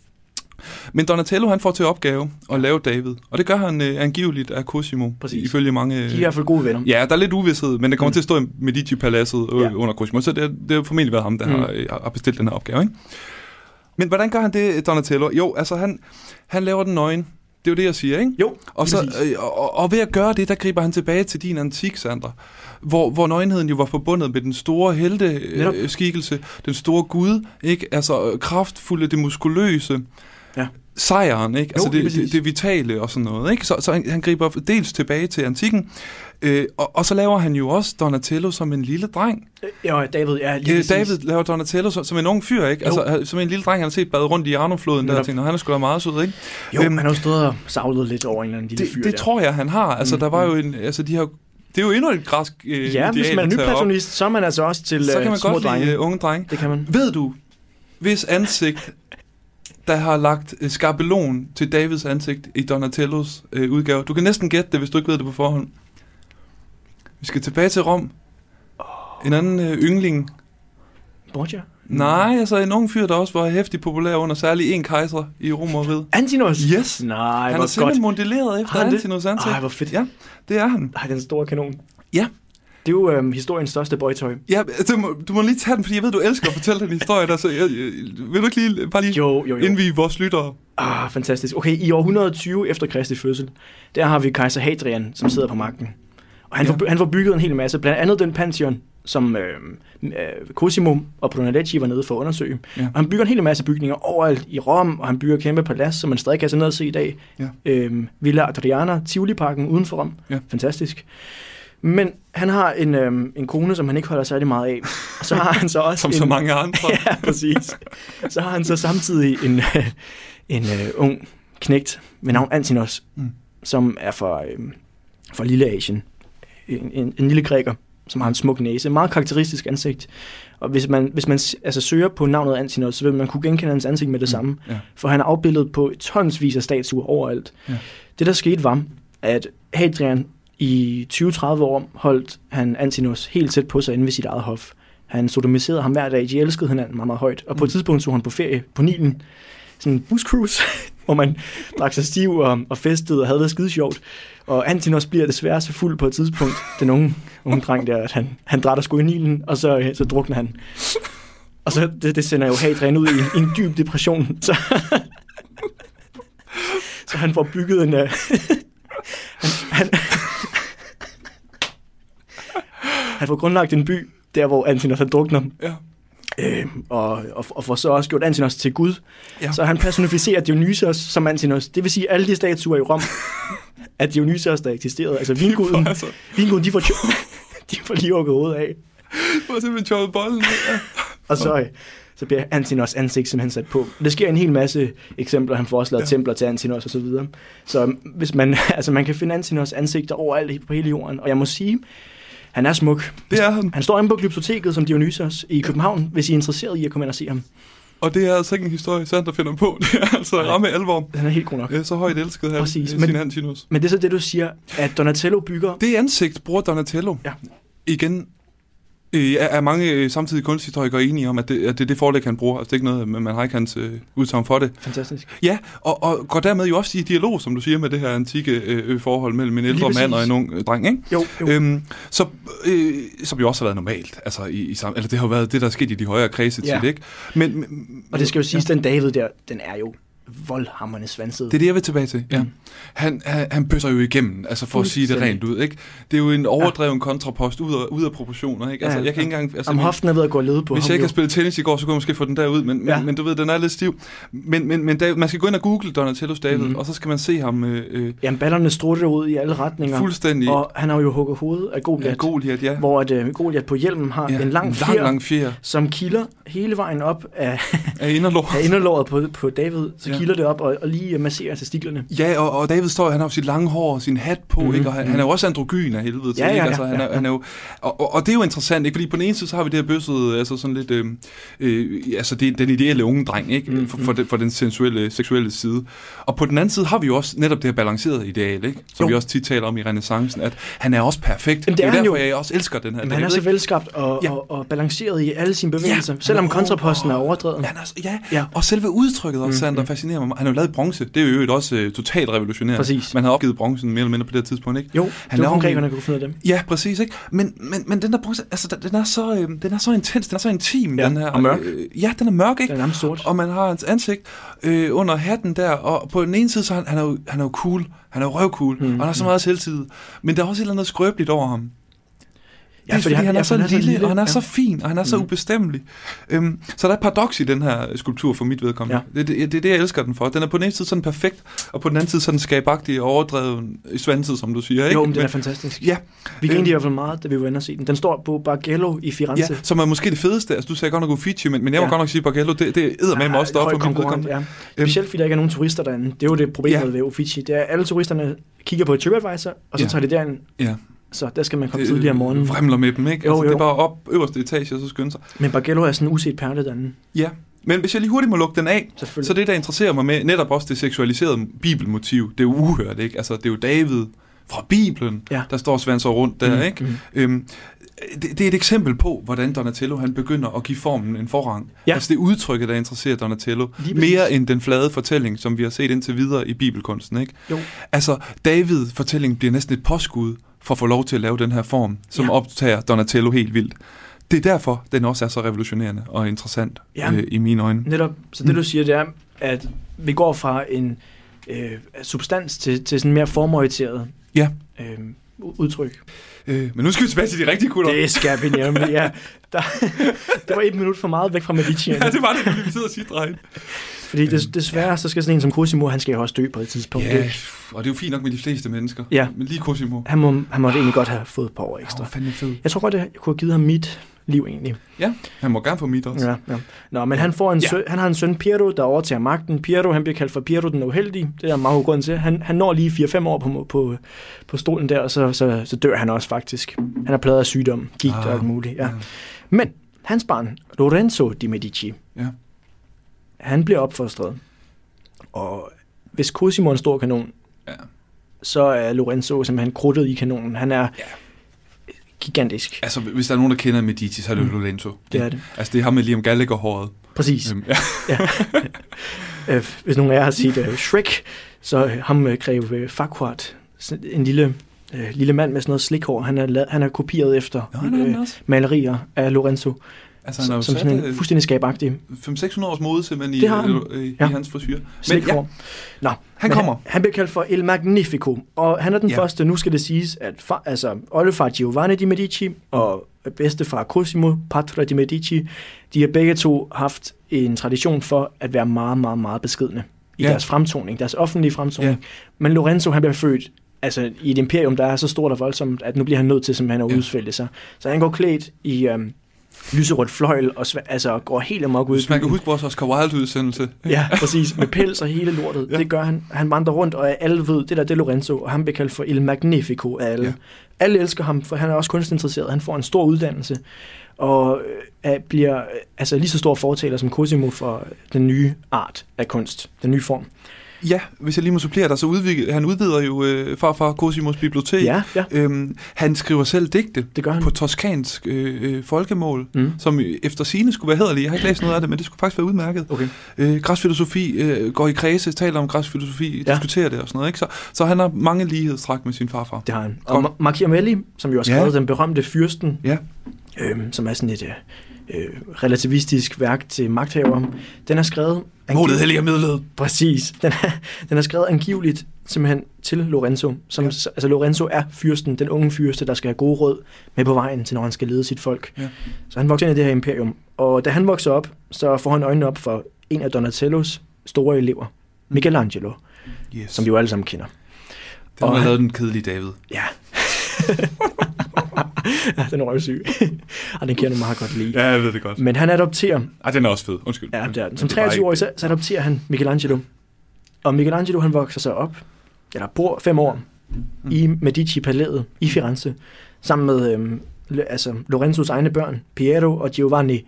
Men Donatello, han får til opgave at lave David. Og det gør han uh, angiveligt af Cosimo. Præcis. Ifølge mange... De er i hvert fald gode venner. Ja, der er lidt uvidshed, men det kommer mm. til at stå i Medici-paladset ja. under Cosimo. Så det, det har formentlig været ham, der mm. har, har bestilt den her opgave, ikke? Men hvordan gør han det, Donatello? Jo, altså han, han laver den nøgen. Det er jo det, jeg siger, ikke? Jo, og, så, øh, og, og ved at gøre det, der griber han tilbage til din antik, Sandra. Hvor, hvor nøgenheden jo var forbundet med den store helteskikkelse, den store Gud, ikke? Altså kraftfulde, det muskuløse. Ja. Sejren, ikke? Altså jo, det, det, det vitale og sådan noget, ikke? Så, så han, han griber dels tilbage til antikken, øh, og, og så laver han jo også Donatello som en lille dreng. Ja, David, ja, lige øh, David laver Donatello som, som en ung fyr, ikke? Altså, som en lille dreng, han har set bade rundt i Arno-floden, der ting, og han er sgu da meget sød, ikke? Jo, øhm, han har jo stået og savlet lidt over en eller anden lille fyr. Det, det der. tror jeg, han har. Altså, mm, der var jo en, altså, de har det er jo endnu et græsk øh, ja, ideal, hvis man er nypassionist, så er man altså også til så kan man små godt drenge. lide uh, unge drenge. Det kan man. Ved du, hvis ansigt der har lagt uh, skabelon til Davids ansigt i Donatellos uh, udgave. Du kan næsten gætte det, hvis du ikke ved det på forhånd. Vi skal tilbage til Rom. En anden uh, yndling. Borgia? Nej, altså en ung fyr, der også var hæftig populær under særlig en kejser i Romeriet. Antinous? Yes. Nej, han er simpelthen modelleret efter Antinous ansigt. Ej, hvor fedt. Ja, det er han. Ej, den store kanon. Ja. Det er jo øhm, historiens største boytøj. Ja, du må, du må lige tage den, fordi jeg ved, du elsker at fortælle den historie der, så jeg, jeg, vil du ikke lige, bare lige jo, jo, jo. indvige vores lyttere? Ah, fantastisk. Okay, i år et hundrede og tyve efter Kristi fødsel, der har vi kejser Hadrian, som sidder på magten. Og han, ja. får, han får bygget en hel masse, blandt andet den Pantheon, som øh, øh, Cosimo og Brunelleschi var nede for at undersøge. Ja. Og han bygger en hel masse bygninger overalt i Rom, og han bygger kæmpe palads, som man stadig kan se ned og se i dag. Ja. Øh, Villa Adriana, Tivoli-parken uden for Rom. Ja. Fantastisk. Men han har en, øh, en kone, som han ikke holder særlig meget af. Og så har han så også som en, så mange andre. Ja, præcis. Så har han så samtidig en, øh, en øh, ung knægt med navn Antinos, mm. som er fra, øh, fra Lille Asien. En, en, en lille græker, som har en smuk næse, meget karakteristisk ansigt. Og hvis man, hvis man altså, søger på navnet Antinos, så vil man kunne genkende hans ansigt med det samme. Mm. Ja. For han er afbildet på tonsvis af statuer overalt. Ja. Det, der skete, var, at Hadrian i tyve til tredive år holdt han Antinos helt tæt på sig inde ved sit eget hof. Han sodomiserede ham hver dag. De elskede hinanden meget, meget højt. Og på et tidspunkt tog han på ferie på Nilen. Sådan en buscruise, hvor man drak sig stiv og, og festede og havde det skide sjovt. Og Antinos bliver desværre så fuld på et tidspunkt, den unge, unge dreng der, at han, han drætter sgu i Nilen, og så, så drukner han. Og så det, det sender jo Hadrian ud i, i en dyb depression. Så, så han får bygget en... Uh, han, han, han får grundlagt en by, der hvor Antinos han drukner. Ja. Øh, og, og, og får så også gjort Antinos til Gud. Ja. Så han personificerer Dionysos som Antinos. Det vil sige, alle de statuer i Rom, at Dionysos, der eksisterede, altså vinguden, altså. vinguden de får, de får lige hugget hovedet af. Det var simpelthen choppet bolden. Ja. Og så, så bliver Antinos ansigt simpelthen sat på. Der sker en hel masse eksempler. Han får også lavet ja. templer til Antinos og så videre. Så hvis man, altså man kan finde Antinos ansigter overalt på hele jorden. Og jeg må sige, han er smuk. Det er han. Han står inde på Glyptoteket som Dionysos i København, hvis I er interesseret i at komme ind og se ham. Og det er altså ikke en historie, Sander finder på. Det er altså ramme alvor. Han er helt god nok. Så højt elsket her. Præcis. Men, Antinus. men det er så det, du siger, at Donatello bygger... Det ansigt bruger Donatello. Ja. Igen øh, er mange samtidig kunsthistorikere enige om, at det, at det er det forlæg, han bruger. Altså, det er ikke noget, men man har ikke hans øh, udsagn for det. Fantastisk. Ja, og, og går dermed jo også i dialog, som du siger, med det her antikke øh, forhold mellem en ældre mand og en ung øh, dreng, ikke? Jo, jo. Øhm, så, øh, som jo også har været normalt. Altså, i, i sam- eller det har været det, der er sket i de højere kredse ja. tit, ikke? Men, men, og det skal jo siges, ja. den David der, den er jo voldhammerende svanset. Det er det, jeg vil tilbage til, ja. Mm. Han, han, han bøsser jo igennem, altså for at sige det rent ud, ikke? Det er jo en overdreven ja. kontrapost ud af, ud af proportioner, ikke? Altså, ja, jeg kan ikke engang... Altså, om hoften er ved at gå lede på hvis ham, jeg ikke jo. har spillet tennis i går, så kunne jeg måske få den der ud, men, ja. men, men du ved, den er lidt stiv. Men, men, men David, man skal gå ind og google Donatellos David, mm-hmm. og så skal man se ham... Øh, øh, Jamen, ballerne strutter ud i alle retninger. Fuldstændig. Og han har jo hugget hovedet af Goliat. Ja, Goliat, ja. Hvor at, uh, Goliat på hjelmen har ja. en lang fjer, lang, lang fjer, som kilder hele vejen op af, af inderlåret, af inderlåret på, på David. Så ja. kilder det op og, og lige masserer testiklerne. Ja, og, og David står, han har jo sit lange hår og sin hat på, mm-hmm. ikke? Og han, han er jo også androgyn af helvede til, ja, ja, ikke? ja, Altså, han er, ja, ja. han er jo, og, og, og det er jo interessant, ikke? Fordi på den ene side, så har vi det her bøsset, altså sådan lidt, øh, øh, altså det, den ideelle unge dreng, ikke? Mm-hmm. For, for, den, for den sensuelle, seksuelle side. Og på den anden side har vi jo også netop det her balancerede ideal, ikke? Som jo. vi også tit taler om i renæssancen, at han er også perfekt. Jamen, det, det er, er derfor, jo. jeg også elsker den her. Men han er så velskabt og, ja. og, og balanceret i alle sine bevægelser, ja. selvom kontraposten er overdrevet. Han er, ja. ja, og selve udtrykket også, Sander, mm-hmm. fascinerer mig. Han har jo lavet bronze. Det er jo også uh, totalt revolutionerende. Præcis. Man har opgivet bronzen mere eller mindre på det her tidspunkt, ikke? Jo, han det var grækerne, kunne finde af dem. Ja, præcis, ikke? Men, men, men den der bronze, altså, den er så, øh, den er så intens, den er så intim, ja, den her. Og mørk. Øh, ja, den er mørk, ikke? Den er sort. Og man har hans ansigt øh, under hatten der, og på den ene side, så han, han, er, jo, han er jo cool, han er jo røvcool, mm, og han har så meget selvtillid. Men der er også et eller andet skrøbeligt over ham. Det er, ja, fordi, fordi han, han er så lille, lille, og han er ja. så fin, og han er så mm. ubestemmelig. Øhm, så der er et paradoks i den her skulptur for mit vedkommende. Ja. Det, det, det er det, jeg elsker den for. Den er på den ene side sådan perfekt, og på den anden side sådan skabagtig og overdreven i svanset, som du siger. Ikke? Jo, men den er fantastisk. Ja. Vi gik øhm, i hvert fald meget, da vi var inde og se den. Den står på Bargello i Firenze. Ja, som er måske det fedeste. Altså, du sagde godt nok Uffizi, men, men jeg må ja. godt nok sige, Bargello, det, det æder med mig også større for mit vedkommende. Ja. Specielt fordi der ikke er nogen turister derinde. Det er jo det problem ja. ved Uffizi. Det er, alle turisterne kigger på TripAdvisor, og så ja. tager de derind. Ja. Så der skal man komme tidligere om morgenen. Fremler med dem, ikke? Jo, altså, jo. Det er bare op øverste etage, og så skynde sig. Men Bargello er sådan en uset perle derinde. Ja, men hvis jeg lige hurtigt må lukke den af, så det, der interesserer mig med, netop også det seksualiserede bibelmotiv, det er jo uhørt, ikke? Altså, det er jo David fra Bibelen, ja. der står svanser rundt der, mm, ikke? Mm. Øhm, det, det er et eksempel på, hvordan Donatello han begynder at give formen en forrang. Ja. Altså det udtrykket, der interesserer Donatello, mere end den flade fortælling, som vi har set indtil videre i bibelkunsten, ikke? Jo. Altså, David-fortællingen bliver næsten et påskud for at få lov til at lave den her form, som ja. optager Donatello helt vildt. Det er derfor, den også er så revolutionerende og interessant ja. øh, i mine øjne. Netop. Så det, du siger, det er, at vi går fra en øh, substans til, til sådan mere formorienteret ja. øh, udtryk. Øh, men nu skal vi tilbage til de rigtige kutter. Det skal vi nemlig, ja. Der, det var et minut for meget væk fra Medicierne. Ja, det var det, fordi vi sidder og siger drejen. Fordi des, desværre, så skal sådan en som Cosimo, han skal jo også dø på et tidspunkt. Ja, og det er jo fint nok med de fleste mennesker. Ja. Men lige Cosimo. Han, må, han måtte egentlig godt have fået et par år ekstra. Han var fandme fed. Jeg tror godt, jeg kunne have givet ham mit liv egentlig. Ja, han må gerne få mit også. Ja, ja. Nå, men han, får en ja. søn, han har en søn, Piero, der overtager magten. Piero, han bliver kaldt for Piero den uheldige. Det er meget grund til. Han, han når lige fire fem år på, på, på stolen der, og så, så, så dør han også faktisk. Han er plaget af sygdom, gigt ah, og alt muligt. Ja. Ja. Men hans barn, Lorenzo di Medici, ja. han bliver opfostret. Og hvis Cosimo er en stor kanon, ja. så er Lorenzo simpelthen krudtet i kanonen. Han er ja. gigantisk. Altså, hvis der er nogen, der kender Medici, så er det mm. Lorenzo. Det er det. Altså, det er ham med Liam Gallagher-håret. Præcis. Øhm, ja. ja. Hvis nogen af jer har set uh, Shrek, så ham uh, greve uh, Farquaad, en lille, uh, lille mand med sådan noget slikhår, han er, han er kopieret efter Nå, uh, malerier af Lorenzo. Altså, han er som sådan en fuldstændig skabagtig. fem seks hundrede års mode simpelthen i, i, i ja. hans frisyr. Men ja. Nå, han kommer. Han, han bliver kaldt for El Magnifico, og han er den ja. første, nu skal det siges, at far, altså, oldefar Giovanni di Medici og bedstefar Cosimo, Padre de Medici, de har begge to haft en tradition for at være meget, meget, meget beskedne i ja. deres fremtoning, deres offentlige fremtoning. Ja. Men Lorenzo, han bliver født altså, i et imperium, der er så stort og voldsomt, at nu bliver han nødt til simpelthen at ja. udsvælge sig. Så han går klædt i øhm, lyserødt fløjl og sv- altså, går helt amok ud. Hvis man kan huske vores Oscar Wilde-udsendelse. Ja, præcis. Med pels og hele lortet. Ja. Det gør han. Han vandrer rundt, og alle ved, det der det er Lorenzo, og han bliver kaldt for Il Magnifico af alle. Ja. Alle elsker ham, for han er også kunstinteresseret. Han får en stor uddannelse, og øh, bliver øh, altså lige så stor fortaler som Cosimo for den nye art af kunst, den nye form. Ja, hvis jeg lige må supplere dig, så udvider han udvider jo øh, farfar Cosimos bibliotek. Ja, ja. Øhm, han skriver selv digte det gør han. på toskansk øh, folkemål, mm. som efter sigende skulle være hæderlige. Jeg har ikke læst noget af det, men det skulle faktisk være udmærket. Okay. Øh, græsfilosofi øh, går i kredse, taler om græsfilosofi, ja. diskuterer det og sådan noget. Ikke? Så, så han har mange lighedstræk med sin farfar. Det har han. Og Ma- Machiavelli, som jo har skrevet ja. den berømte Fyrsten, ja. øh, som er sådan et øh, relativistisk værk til magthavere, den er skrevet... Målet helliger midlet. Præcis. Den er, den er skrevet angiveligt simpelthen til Lorenzo. Som, ja. Altså Lorenzo er fyrsten, den unge fyrste, der skal have gode råd med på vejen til, når han skal lede sit folk. Ja. Så han vokser ind i det her imperium. Og da han vokser op, så får han øjnene op for en af Donatellos store elever, Michelangelo, yes. som vi jo alle sammen kender. Den har lavet den kedelige David. Ja. Ja, den er røvsyg. Og den kender du meget godt lide. Ja, jeg ved det godt. Men han adopterer... Ej, den er også fed. Undskyld. Ja, det er den. Som treogtyve-årig, så, så adopterer han Michelangelo. Og Michelangelo, han vokser sig op, eller bor fem år, mm. i Medici-palæet i Firenze, sammen med øhm, altså, Lorenzos egne børn, Piero og Giovanni.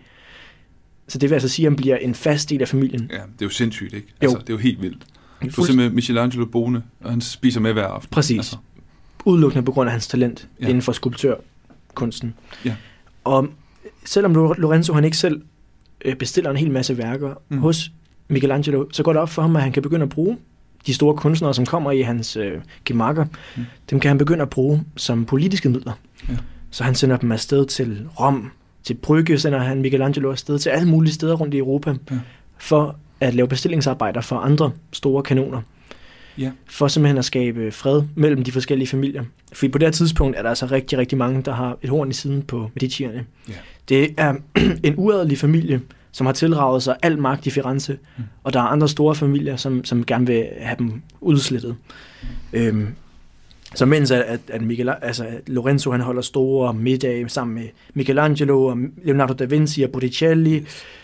Så det vil altså sige, at han bliver en fast del af familien. Ja, det er jo sindssygt, ikke? Altså, jo. det er jo helt vildt. Du ser med Michelangelo boende, og han spiser med hver aften. Præcis. Altså. Udelukkende på grund af hans talent ja. inden for skulptørkunsten. Ja. Og selvom Lorenzo han ikke selv bestiller en hel masse værker mm. hos Michelangelo, så går det op for ham, at han kan begynde at bruge de store kunstnere, som kommer i hans øh, gemakker. Mm. Dem kan han begynde at bruge som politiske midler. Ja. Så han sender dem afsted til Rom, til Brygge sender han Michelangelo afsted til alle mulige steder rundt i Europa, ja. for at lave bestillingsarbejder for andre store kanoner. Ja. For simpelthen at skabe fred mellem de forskellige familier. For på det her tidspunkt er der altså rigtig, rigtig mange, der har et horn i siden på Medicierne. Ja. Det er en uadelig familie, som har tilraget sig al magt i Firenze, mm. og der er andre store familier, som, som gerne vil have dem udslettet. Øhm, så mens at, at, at, Michel, altså, at Lorenzo han holder store middage sammen med Michelangelo og Leonardo da Vinci og Botticelli.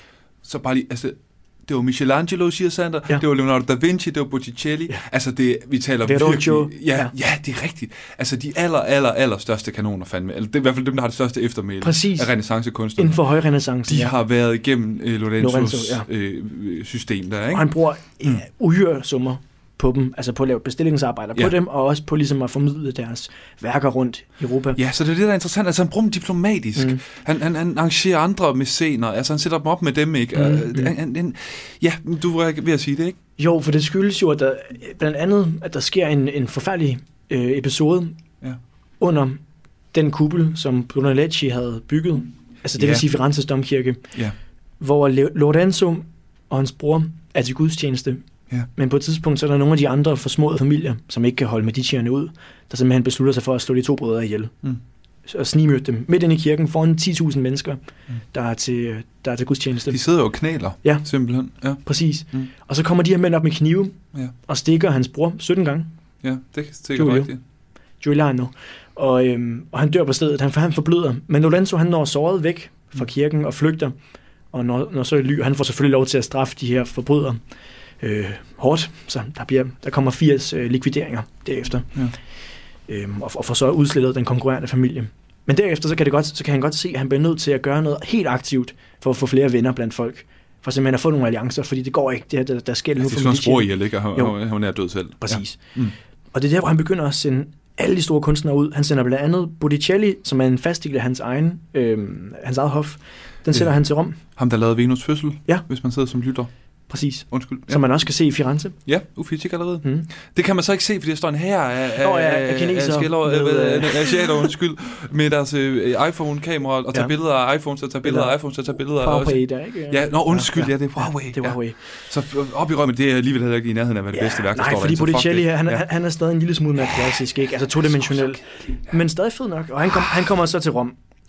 Så bare lige, altså... Det var Michelangelo, siger Sander. Ja. Det var Leonardo da Vinci, det var Botticelli. Ja. Altså, det, vi taler Verrocchio. virkelig... Ja, ja. ja, det er rigtigt. Altså, de aller, aller, aller største kanoner fandme. Eller det er i hvert fald dem, der har det største eftermæle af renaissancekunstnerne. Inden for højrenaissancen, De ja. har været igennem uh, Lorenzos Lorenzo, ja. øh, system der, ikke? Og han bruger mm. uhyre summer på dem, altså på at lave bestillingsarbejder ja. på dem, og også på ligesom at formidle deres værker rundt i Europa. Ja, så det er det, der er interessant. Altså, han bruger dem diplomatisk. Mm. Han, han, han arrangerer andre mæscener, altså han sætter dem op med dem, ikke? Mm. Uh, han, han, han, ja, du var ved at sige det, ikke? Jo, for det skyldes jo, at der, blandt andet, at der sker en, en forfærdelig øh, episode ja. under den kuppel, som Brunelleschi havde bygget, altså det ja. vil sige Firenzes domkirke, ja. hvor Lorenzo og hans bror er til gudstjeneste. Ja. Men på et tidspunkt, så er der nogle af de andre forsmåede familier, som ikke kan holde Medicierne ud, der simpelthen beslutter sig for at slå de to brødre ihjel. Mm. Og snigmyrde dem midt inde i kirken foran ti tusind mennesker, mm. der, er til, der er til gudstjeneste. De sidder jo og knæler, ja. simpelthen. Ja. Præcis. Mm. Og så kommer de her mænd op med knive ja. og stikker hans bror sytten gange. Ja, det er sikkert rigtigt. Giuliano. Og, øhm, og han dør på stedet. Han, han forbløder. Men Lorenzo, han når såret væk fra kirken og flygter. Og når, når så ly, han får selvfølgelig lov til at straffe de her forbrydere øh, hårdt. Så der, bliver, der kommer firs øh, likvideringer derefter. Ja. Øhm, og, og får så udslettet den konkurrerende familie. Men derefter så kan, det godt, så kan han godt se, at han bliver nødt til at gøre noget helt aktivt for at få flere venner blandt folk. For simpelthen at få nogle alliancer, fordi det går ikke. Det, der, der sker ja, nu for Medicierne. Det er sådan en spor i, ikke? Og hun er død selv. Præcis. Ja. Mm. Og det er der, hvor han begynder at sende alle de store kunstnere ud. Han sender blandt andet Botticelli, som er en fast del af hans egen, øh, hans eget hof. Den sender ja. han til Rom. Ham, der lavede Venus fødsel, ja. hvis man sidder som lytter. Præcis. Undskyld. Ja. Som man også kan se i Firenze. Ja, Uffizi allerede. Mm. Det kan man så ikke se, fordi der står en her af, af, oh, ja, af kineser. Asiater, undskyld, med deres øh, iPhone-kamera og tager ja. billeder af iPhones, og tager billeder af iPhones, og tager billeder af... Huawei der, ikke? Ja, nå, undskyld, ja, ja det er Huawei. Ja, det er Huawei. Ja. Så op i rømmen, det er alligevel heller ikke i nærheden af, hvad det ja, bedste værk, der nej, står der. Nej, fordi Botticelli, han, ja. han er stadig en lille smule mere klassisk, ikke? Altså todimensionel. Men stadig fed nok. Og han, kom, han kommer så til Rom.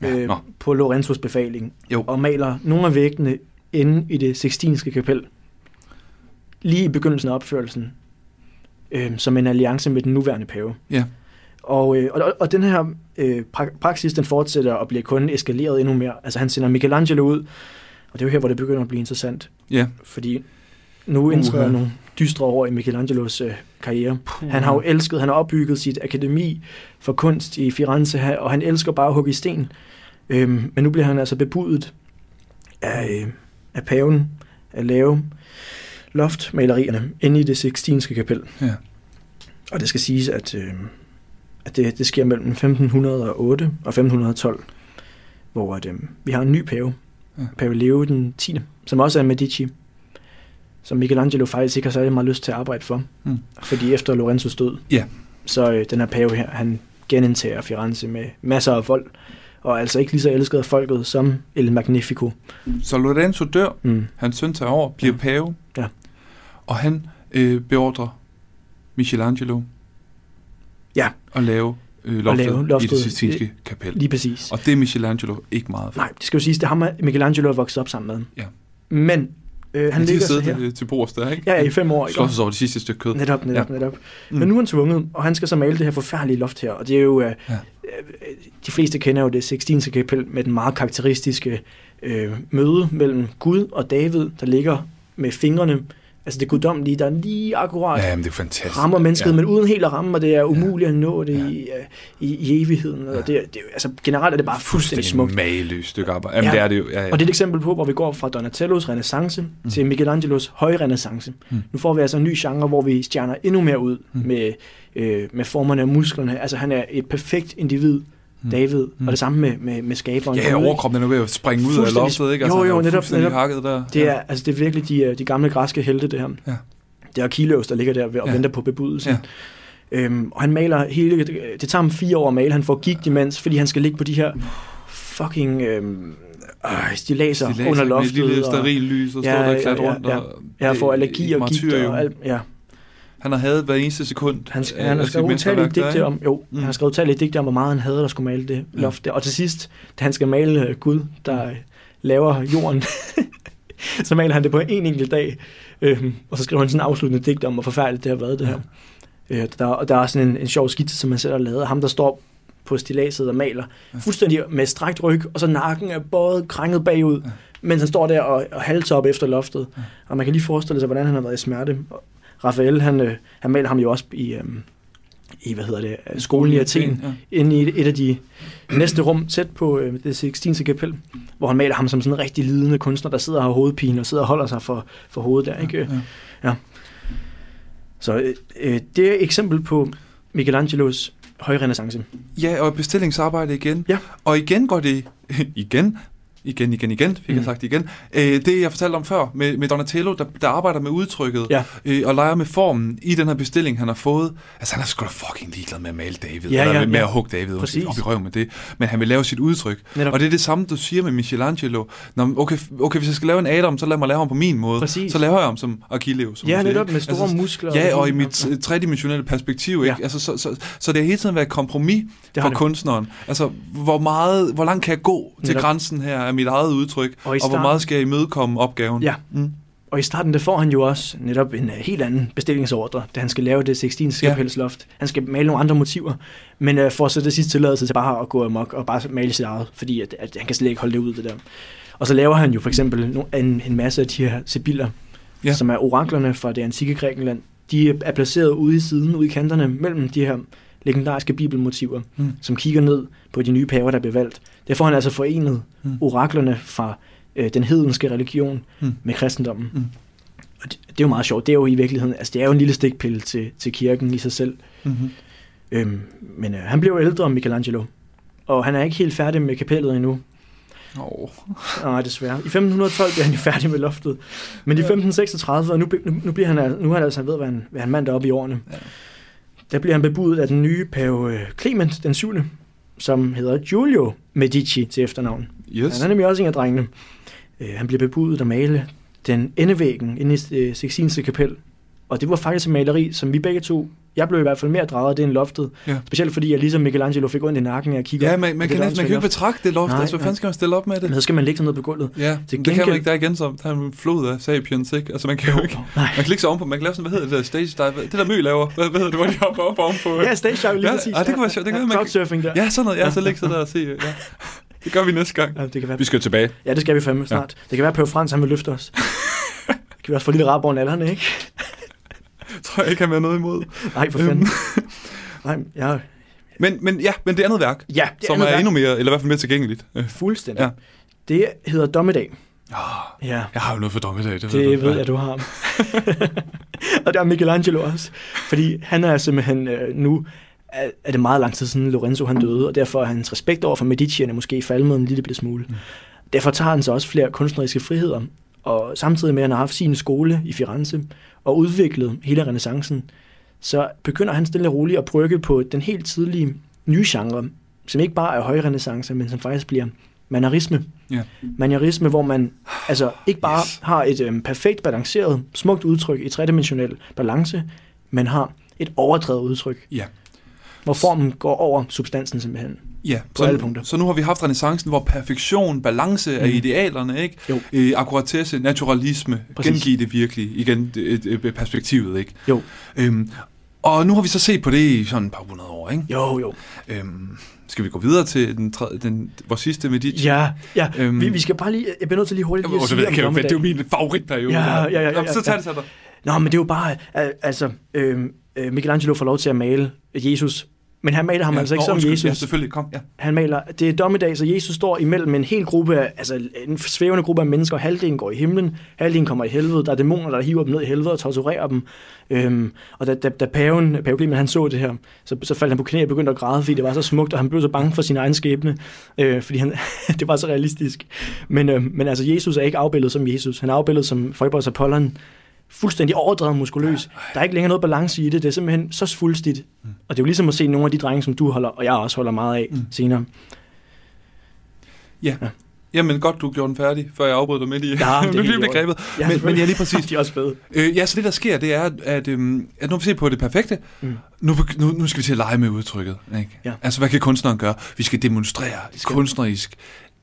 Ja, øh, nå. på Lorenzos befaling, Jo. og maler nogle af væggene inde i det Sixtinske kapel, lige i begyndelsen af opførelsen, øh, som en alliance med den nuværende pave. Ja. Og, øh, og, og den her øh, pra- praksis, den fortsætter og bliver kun eskaleret endnu mere. Altså han sender Michelangelo ud, og det er jo her, hvor det begynder at blive interessant. Ja. Fordi nu indtræder Uha. nogle dystre år i Michelangelos øh, karriere. Puh. Han har jo elsket, han har opbygget sit akademi for kunst i Firenze her, og han elsker bare at hugge i sten. Øhm, men nu bliver han altså bebudet af, øh, af paven at lave loftmalerierne inde i det Sixtinske kapel. Ja. Og det skal siges, at, øh, at det, det sker mellem femten hundrede og otte og femten hundrede og tolv, hvor at, øh, vi har en ny pave, Ja. pave Leo den tiende, som også er Medici, som Michelangelo faktisk ikke har særlig meget lyst til at arbejde for. Mm. Fordi efter Lorenzos død, Ja. så øh, den her pave her, han genindtager Firenze med masser af folk, og altså ikke lige så elsket af folket som El Magnifico. Så Lorenzo dør, Mm. hans søn tager over, bliver Ja. pave, Ja. og han øh, beordrer Michelangelo Ja. at lave øh, loftet, lave loftet i det Sixtinske kapel. Lige præcis. Og det er Michelangelo ikke meget for. Nej, det skal jo siges, det er ham, Michelangelo er vokset op sammen med. Ja. Men øh, han Han de ligger har så her. siddet øh, til bords der, ikke? Ja, i fem år. Ikke? Slår sig over det sidste stykke kød. Netop, netop, Ja. netop. Mm. Men nu er han tvunget, og han skal så male det her forfærdelige loft her. Og det er jo... Øh, Ja. øh, de fleste kender jo det Sixtinske kapel med den meget karakteristiske øh, møde mellem Gud og David, der ligger med fingrene. Altså det guddommelige, der er lige akkurat Ja, men det er fantastisk. rammer mennesket, Ja. men uden helt at ramme, og det er umuligt at nå det Ja. i, øh, i, i evigheden. Og det, er- det, er- altså, generelt er det bare fuldstændig smukt. Mageløst stykke arbejde. Jamen, Ja. det er det jo. Ja, ja. Og det er et eksempel på, hvor vi går fra Donatellos renaissance mm. til Michelangelos højrenaissance. Mm. Nu får vi altså en ny genre, hvor vi stjerner endnu mere ud Mm. med, øh, med formerne og musklerne. Altså han er et perfekt individ, Mm. David, Mm. og det samme med, med, med skaberen. Ja, overkroppen er nu ved at springe ud af Fuldstændig- loftet, ikke? Jo, han jo, er netop, fuldstændig netop. hakket der. Det er, altså, det er virkelig de, øh, de gamle græske helte, det her. Ja. Det er Achilleus, der ligger der ved og Ja. venter på bebudelsen. Ja. Øhm, og han maler hele... Det, det tager ham fire år at male. Han får gigt imens, fordi han skal ligge på de her fucking øhm, øh, stilaser Stillaser under med loftet. et lille og- steril lys og stå Ja, der og ja, klatre ja, rundt. ja. Og Jeg får det er allergi et og gigt martyrium. og alt. Ja. Han har haft hver eneste sekund. Han, af- han har af skrevet sit utallige mesterværk der, digte ikke? om, jo, Mm. han har skrevet utallige digte om, hvor meget han havde, der skulle male det Ja. loft der. Og til sidst, da han skal male uh, Gud, der uh, laver jorden, så maler han det på en enkelt dag. Øhm, og så skriver han sådan en afsluttende digt om, hvor forfærdeligt det har været, det her. Øh, der, og der er sådan en, en sjov skitse, som han selv har lavet, af ham, der står på stiladset og maler, fuldstændig med strakt ryg, og så nakken er både krænget bagud, Ja. mens han står der og, og halter op efter loftet. Ja. Og man kan lige forestille sig, hvordan han har været i smerte. Og Raphael, han, øh, han maler ham jo også i, øhm, i hvad hedder det, øh, skolen i Athen, Ja. inde i et, et af de næste rum tæt på øh, det Sixtinske kapel, hvor han maler ham som sådan en rigtig lidende kunstner, der sidder og har hovedpine og sidder og holder sig for, for hovedet der. Ikke? Ja. Så øh, øh, det er et eksempel på Michelangelos højrenaissance. Ja, og bestillingsarbejde igen. Ja. Og igen går det igen, igen, igen, igen, fik mm. jeg sagt igen. Øh, det, jeg fortalte om før med, med Donatello, der, der arbejder med udtrykket Ja. øh, og leger med formen i den her bestilling, han har fået. Altså, han er sgu da fucking ligeglad med at male David, Ja, eller ja, med, med ja. at hugge David Præcis. op i røven med det. Men han vil lave sit udtryk. Netop. Og det er det samme, du siger med Michelangelo. Nå, okay, okay, hvis jeg skal lave en Adam, så lad mig lave ham på min måde. Præcis. Så laver jeg ham som Achilleus. som Ja, du siger, netop ikke? med store altså, muskler. Ja, det og i hele. mit øh, tredimensionelle perspektiv. Ikke? Ja. Altså, så, så, så det har hele tiden været et kompromis Det har for det. kunstneren. Altså, hvor, meget, hvor langt kan jeg gå til Netop. grænsen her af mit eget udtryk, Og og, i og hvor starten- meget skal jeg imødekomme opgaven? Ja. Mm. Og i starten, der får han jo også netop en uh, helt anden bestillingsordre, da han skal lave det Sixtinske Ja. kapelsloft. Han skal male nogle andre motiver, men uh, får så det sidste tilladelse til bare at gå amok og bare male sit eget, fordi at, at han kan slet ikke holde det ud, det der. Og så laver han jo for eksempel no- en, en masse af de her sibiller, Ja. ja. som er oraklerne fra det antikke Grækenland. De er placeret ude i siden, ude i kanterne, mellem de her legendariske bibelmotiver, Mm. som kigger ned på de nye paver, der bliver valgt. Der får han altså forenet Mm. oraklerne fra øh, den hedenske religion Mm. med kristendommen. Mm. Og det, det er jo meget sjovt. Det er jo i virkeligheden, altså det er jo en lille stikpille til, til kirken i sig selv. Mm-hmm. Øhm, men øh, han blev jo ældre, Michelangelo, og han er ikke helt færdig med kapellet endnu. Oh. Nej, desværre. I femten tolv bliver han jo færdig med loftet. Men i femten seksogtredive, og nu, nu, nu, bliver han, al- nu er han altså ved at være en, være en mand deroppe i årene, Ja. der bliver han bebudet af den nye pave øh, Clement den syvende, som hedder Giulio Medici til efternavn. Yes. Han er nemlig også en af drengene. Øh, han bliver bebudet at male den endevæggen inde i det Sixtinske kapel. Og det var faktisk et maleri, som vi begge to jeg blev i hvert fald mere draget af det end loftet. Ja. Specielt fordi jeg ligesom Michelangelo fik ondt i nakken, og jeg kigger. Ja, man, man, kan, næsten, man kan jo ikke betragte det loft. Nej, altså, hvad fanden skal man stille op med det? Men så skal man ligge sådan noget på gulvet. Ja, det gengæld... kan man ikke. Der igen som der er en flod af sapiens, ikke? Altså man kan jo ikke. Man kan ligge så ovenpå. Man kan lave sådan, hvad hedder det der stage dive? Det der Mø laver. Hvad, hvad hedder det, hvor de hopper op ovenpå? Ja, stage dive lige præcis. Ja, det kan være sjovt. Det kan være crowdsurfing der. Ja, sådan noget. Ja, så ligge så der og se. Ja. Det gør vi næste gang. Ja, det kan være... Vi skal tilbage. Ja, det skal vi fandme snart. Ja. Det kan være, at Pøv Frans, han vil løfte os. Det kan vi også få lidt rap over nallerne, ikke? Tror jeg ikke, han vil noget imod. Nej, for fanden. Nej, ja. Men, men ja, men det andet værk, ja, det som andet er værk. endnu mere, eller i hvert fald mere tilgængeligt. Fuldstændig. Ja. Det hedder Dommedag. Oh, ja. Jeg har jo noget for Dommedag, det, det ved, ved jeg, ja. Du har. Og der er Michelangelo også. Fordi han er simpelthen øh, nu, er, er det meget lang tid siden Lorenzo han døde, og derfor er hans respekt over for Medicierne måske faldet en lille bitte smule. Mm. Derfor tager han så også flere kunstneriske friheder, og samtidig med, at han har haft sin skole i Firenze, og udviklet hele renæssancen, så begynder han stille og roligt at brygge på den helt tidlige nye genre, som ikke bare er højrenæssance, men som faktisk bliver manierisme. Yeah. Manierisme, hvor man altså ikke bare yes. har et øhm, perfekt balanceret, smukt udtryk i tredimensionel balance, men har et overdrevet udtryk, yeah. hvor formen går over substansen simpelthen. Ja, på så, alle punkter. Så nu har vi haft renæssancen, hvor perfektion, balance mm. af idealerne, ikke? Øh, akkuratesse, naturalisme, Præcis. gengive det virkelig, igen et, et, et perspektivet, ikke? Jo. Øhm, og nu har vi så set på det i sådan et par hundrede år, ikke? Jo, jo. Øhm, skal vi gå videre til den, tredje, den vores sidste Medici? Ja, ja. Øhm, vi, vi skal bare lige, jeg bliver nødt til lige hurtigt lige at sige ved, om det. Det er jo min favoritperiode. Ja, ja, ja, ja, ja, så tag det så der. Nå, men det er jo bare, altså, øh, Michelangelo får lov til at male Jesus. Men han maler ham ja, altså ikke som undskyld, Jesus. Ja, selvfølgelig, kom, ja. Han maler, det er dommedag, så Jesus står imellem en hel gruppe af, altså en svævende gruppe af mennesker, halvdelen går i himlen, halvdelen kommer i helvede, der er dæmoner, der hiver dem ned i helvede og torturerer dem. Øhm, og da, da, da paven, Pave Clement, han så det her, så, så faldt han på knæ og begyndte at græde, fordi det var så smukt, og han blev så bange for sin egen skæbne, øh, fordi han, det var så realistisk. Men, øh, men altså, Jesus er ikke afbildet som Jesus, han er afbildet som Phoebus Apollon, fuldstændig overdrevet muskuløs. Der er ikke længere noget balance i det. Det er simpelthen så svulstigt. Mm. Og det er jo ligesom at se nogle af de drenge, som du holder, og jeg også holder meget af mm. senere. Ja. ja. Jamen godt, du gjorde den færdig, før jeg afbrød dig midt i. Ja, det nu bliver det grebet. Ja, men, men ja, lige præcis. De er også fede. Øh, ja, så det der sker, det er, at, øhm, at nu vi ser på det perfekte. Mm. Nu, nu, nu skal vi til at lege med udtrykket. Ikke? Ja. Altså, hvad kan kunstneren gøre? Vi skal demonstrere skal. kunstnerisk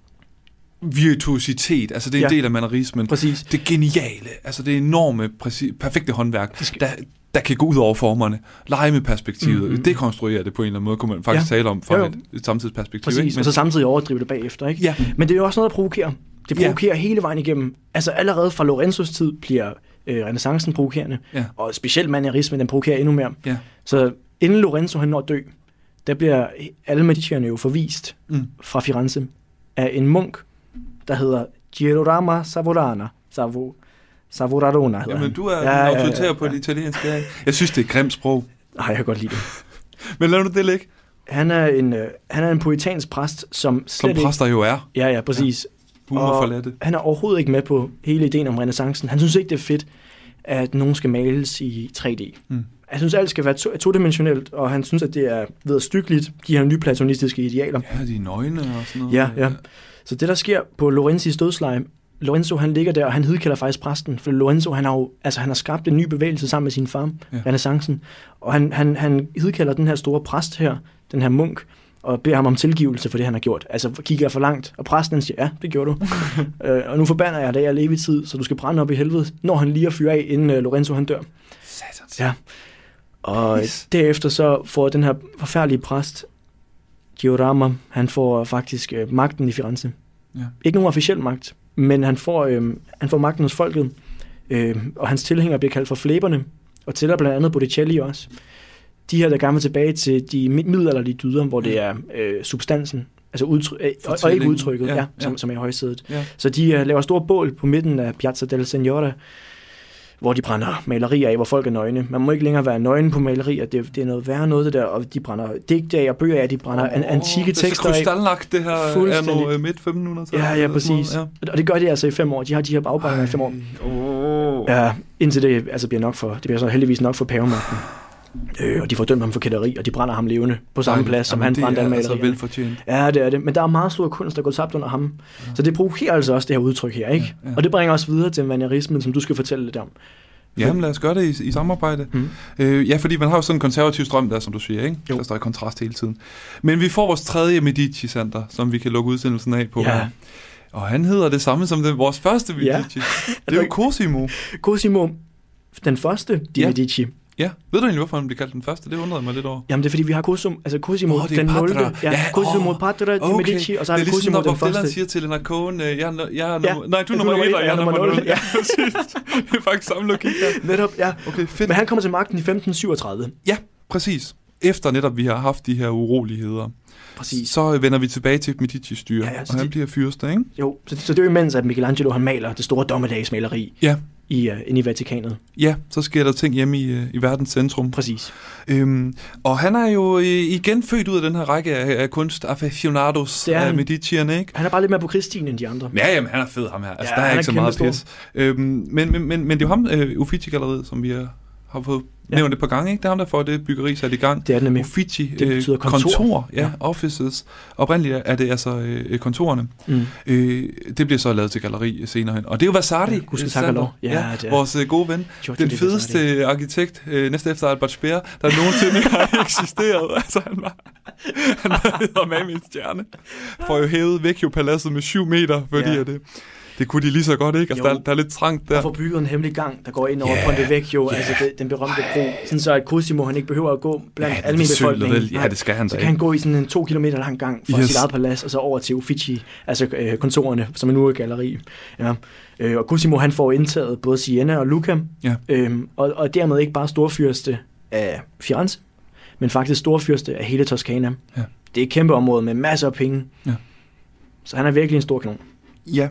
virtuositet, altså det er en ja. del af manierismen. Præcis. Det geniale, altså det enorme, præcis, perfekte håndværk, skal... der, der kan gå ud over formerne, lege med perspektivet, mm-hmm. dekonstruere det på en eller anden måde, kunne man faktisk ja. tale om fra jo, jo. et, et samtidsperspektiv. Præcis, ikke? Men så samtidig overdrive det bagefter, ikke? Ja. Men det er jo også noget, der provokerer. Det provokerer ja. hele vejen igennem. Altså allerede fra Lorenzos tid bliver øh, renæssancen provokerende, ja. og specielt manierismen, den provokerer endnu mere. Ja. Så inden Lorenzo han når at dø, der bliver alle Medicierne jo forvist mm. fra Firenze af en munk, der hedder Girolamo Savonarola. Savo, Savonarola hedder Jamen, du er ja, en autoritær ja, ja, ja. på det italienske. Ja. Jeg synes, det er et grimt sprog. Nej, jeg kan godt lide det. Men lad nu det ligge. Han er en, øh, han er en poetansk præst, som slet Som præster jo er. Ja, ja, præcis. Ja. Og han er overhovedet ikke med på hele ideen om renæssancen. Han synes ikke, det er fedt, at nogen skal males i tre D. Mm. Han synes, alt skal være to- todimensionelt, og han synes, at det er ved at stykkeligt give ham nye platonistiske idealer. Ja, de er nøgne og sådan noget. Ja, ja. Så det, der sker på Lorenzis dødsleje, Lorenzo han ligger der, og han hidkalder faktisk præsten, for Lorenzo han har jo, altså han har skabt en ny bevægelse sammen med sin far, ja. renæssancen, og han, han, han hidkalder den her store præst her, den her munk, og beder ham om tilgivelse for det, han har gjort. Altså kigger jeg for langt, og præsten siger, ja, det gjorde du. øh, og nu forbander jeg dig af leve tid, så du skal brænde op i helvede, når han lige at fyre af, inden uh, Lorenzo han dør. Satans. Ja. Og yes. derefter så får den her forfærdelige præst, Girolamo, han får faktisk øh, magten i Firenze. Ja. Ikke nogen officiel magt, men han får, øh, han får magten hos folket, øh, og hans tilhængere bliver kaldt for flæberne, og tæller blandt andet Botticelli også. De her, der gerne vil tilbage til de middelalderlige dyder, hvor det er øh, substansen, altså udtryk, øh, og, og ikke udtrykket, ja, ja, som, ja. som er i højsædet. Ja. Så de øh, laver store bål på midten af Piazza del Signore, hvor de brænder malerier af, hvor folk er nøgne. Man må ikke længere være nøgne på malerier. Det, det er noget værre noget, det der. Og de brænder digte af og bøger af, de brænder oh, an, antikke tekster af. Det er så krystallagt, det her er nu midt femtenhundredetallet. Ja, ja, præcis. Ja. Og det gør de altså i fem år. De har de her bagbrændinger i fem år. Oh. Ja, indtil det altså bliver nok for, det bliver så heldigvis nok for pavemagten. Øh, og de får dømt ham for kætteri, og de brænder ham levende på samme Ej, plads, som han brændte alle malerier. Det er altså velfortjent. Ja, det er det. Men der er meget stor kunst, der går tabt under ham. Ja. Så det provokerer altså også det her udtryk her, ikke? Ja, ja. Og det bringer os videre til manierismen, som du skal fortælle lidt om. Jamen lad os gøre det i, i samarbejde. Mm. Øh, ja, fordi man har jo sådan en konservativ strøm der, som du siger, ikke? Jo. Der står i kontrast hele tiden. Men vi får vores tredje Medici-center, som vi kan lukke udsendelsen af på. Ja. Her. Og han hedder det samme som den, vores første Medici. Ja. Det er jo Cosimo. Cosimo, den første de Ja. Medici. Ja, ved du egentlig, hvorfor han bliver kaldt den første? Det undrede mig lidt over. Jamen det er fordi, vi har Cosimo, altså Cosimo, Åh, det er den Padre. nulte. Ja, Ja, Cosimo åh, Padre de okay. Medici, og så har det er vi ligesom, Cosimo når den Bob Dylan første. siger til Leonard Cohen, øh, jeg, er, jeg er Ja, nummer, nej, du er du nummer er et, nummer og et, jeg er nummer nul. Ja, præcis. Det er faktisk samme logik her. Netop, ja. Okay, fedt. Men han kommer til magten i femten syvogtredive. Ja, præcis. Efter netop vi har haft de her uroligheder, Præcis. så vender vi tilbage til Medici-styre, Ja, ja, så og han det- bliver fyrste, ikke? Jo, så, så det er jo imens, at Michelangelo han maler det store dommedagsmaleri Ja, i, uh, inde i Vatikanet. ja, så sker der ting hjemme i, uh, i verdens centrum. Præcis. Øhm, og han er jo øh, igen født ud af den her række af, af kunstaficionados Det er af han. Medici'erne, ikke? Han er bare lidt mere på krigsstien end de andre. Ja, jamen, han er fed, ham her. Altså, Ja, der er han ikke er så meget kæmpestor. pis. Øhm, men, men, men, men det er jo ham, øh, Uffizi-galleriet, som vi har, har fået Ja. nævnt et par gange, ikke? Det er ham, der får det byggeri sat i gang. Det er det nemlig. Uffizi, Det øh, betyder kontor. kontor, ja, Ja. offices. Oprindeligt er det altså øh, kontorerne. Mm. Øh, det bliver så lavet til galleri senere hen. Og det er jo Vasari, Ja, husk, øh, tak og lov. Sander. Ja, ja, det er- vores øh, gode ven. Giorgio Den di fedeste Vasari. arkitekt, øh, næste efter Albert Speer, der nogensinde har eksisteret. Altså, han var, han var med min stjerne. Får jo hævet Vecchio-paladset med syv meter, fordi Ja. ja. det, det kunne de lige så godt, ikke? Altså, Jo. der, der er lidt trangt Der der. får bygget en hemmelig gang, der går ind over Ja. Ponte Vecchio, Ja. altså det, den berømte bro. Sådan så, at Cosimo han ikke behøver at gå blandt Ja, det almen er sølet, befolkningen. vel? Ja, det skal han Så da kan han ikke. gå i sådan en to kilometer lang gang fra Yes. sit eget palads, og så over til Uffizi, altså øh, kontorerne, som er nu et galleri. Ja. Øh, og Cosimo han får indtaget både Siena og Lucca, Ja. øhm, og, og dermed ikke bare storfyrste af Firenze, men faktisk storfyrste af hele Toskana. Ja. Det er et kæmpe område med masser af penge. Ja. Så han er virkelig en stor kanon. Ja.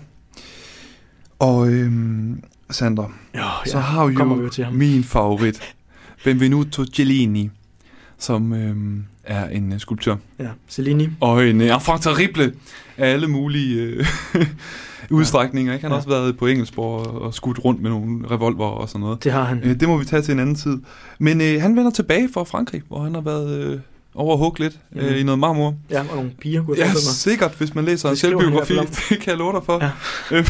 Og øhm, Sander, Jo, så har vi kommer jo, vi jo til ham. min favorit, Benvenuto Cellini, som øhm, er en uh, skulptør. Ja, Cellini. Og en uh, enfant terrible af alle mulige øh, udstrækninger. Ikke? Han har Ja. også været på Engelsborg og, og skudt rundt med nogle revolver og sådan noget. Det har han. Øh, det må vi tage til en anden tid. Men øh, han vender tilbage fra Frankrig, hvor han har været øh, over at hugge lidt Mhm. øh, i noget marmor. Ja, og nogle piger kunne jeg Ja, forestille mig. sikkert, hvis man læser Det en skriver han i selvbiografi. hvert fald Det kan jeg love dig for. Ja. Øh,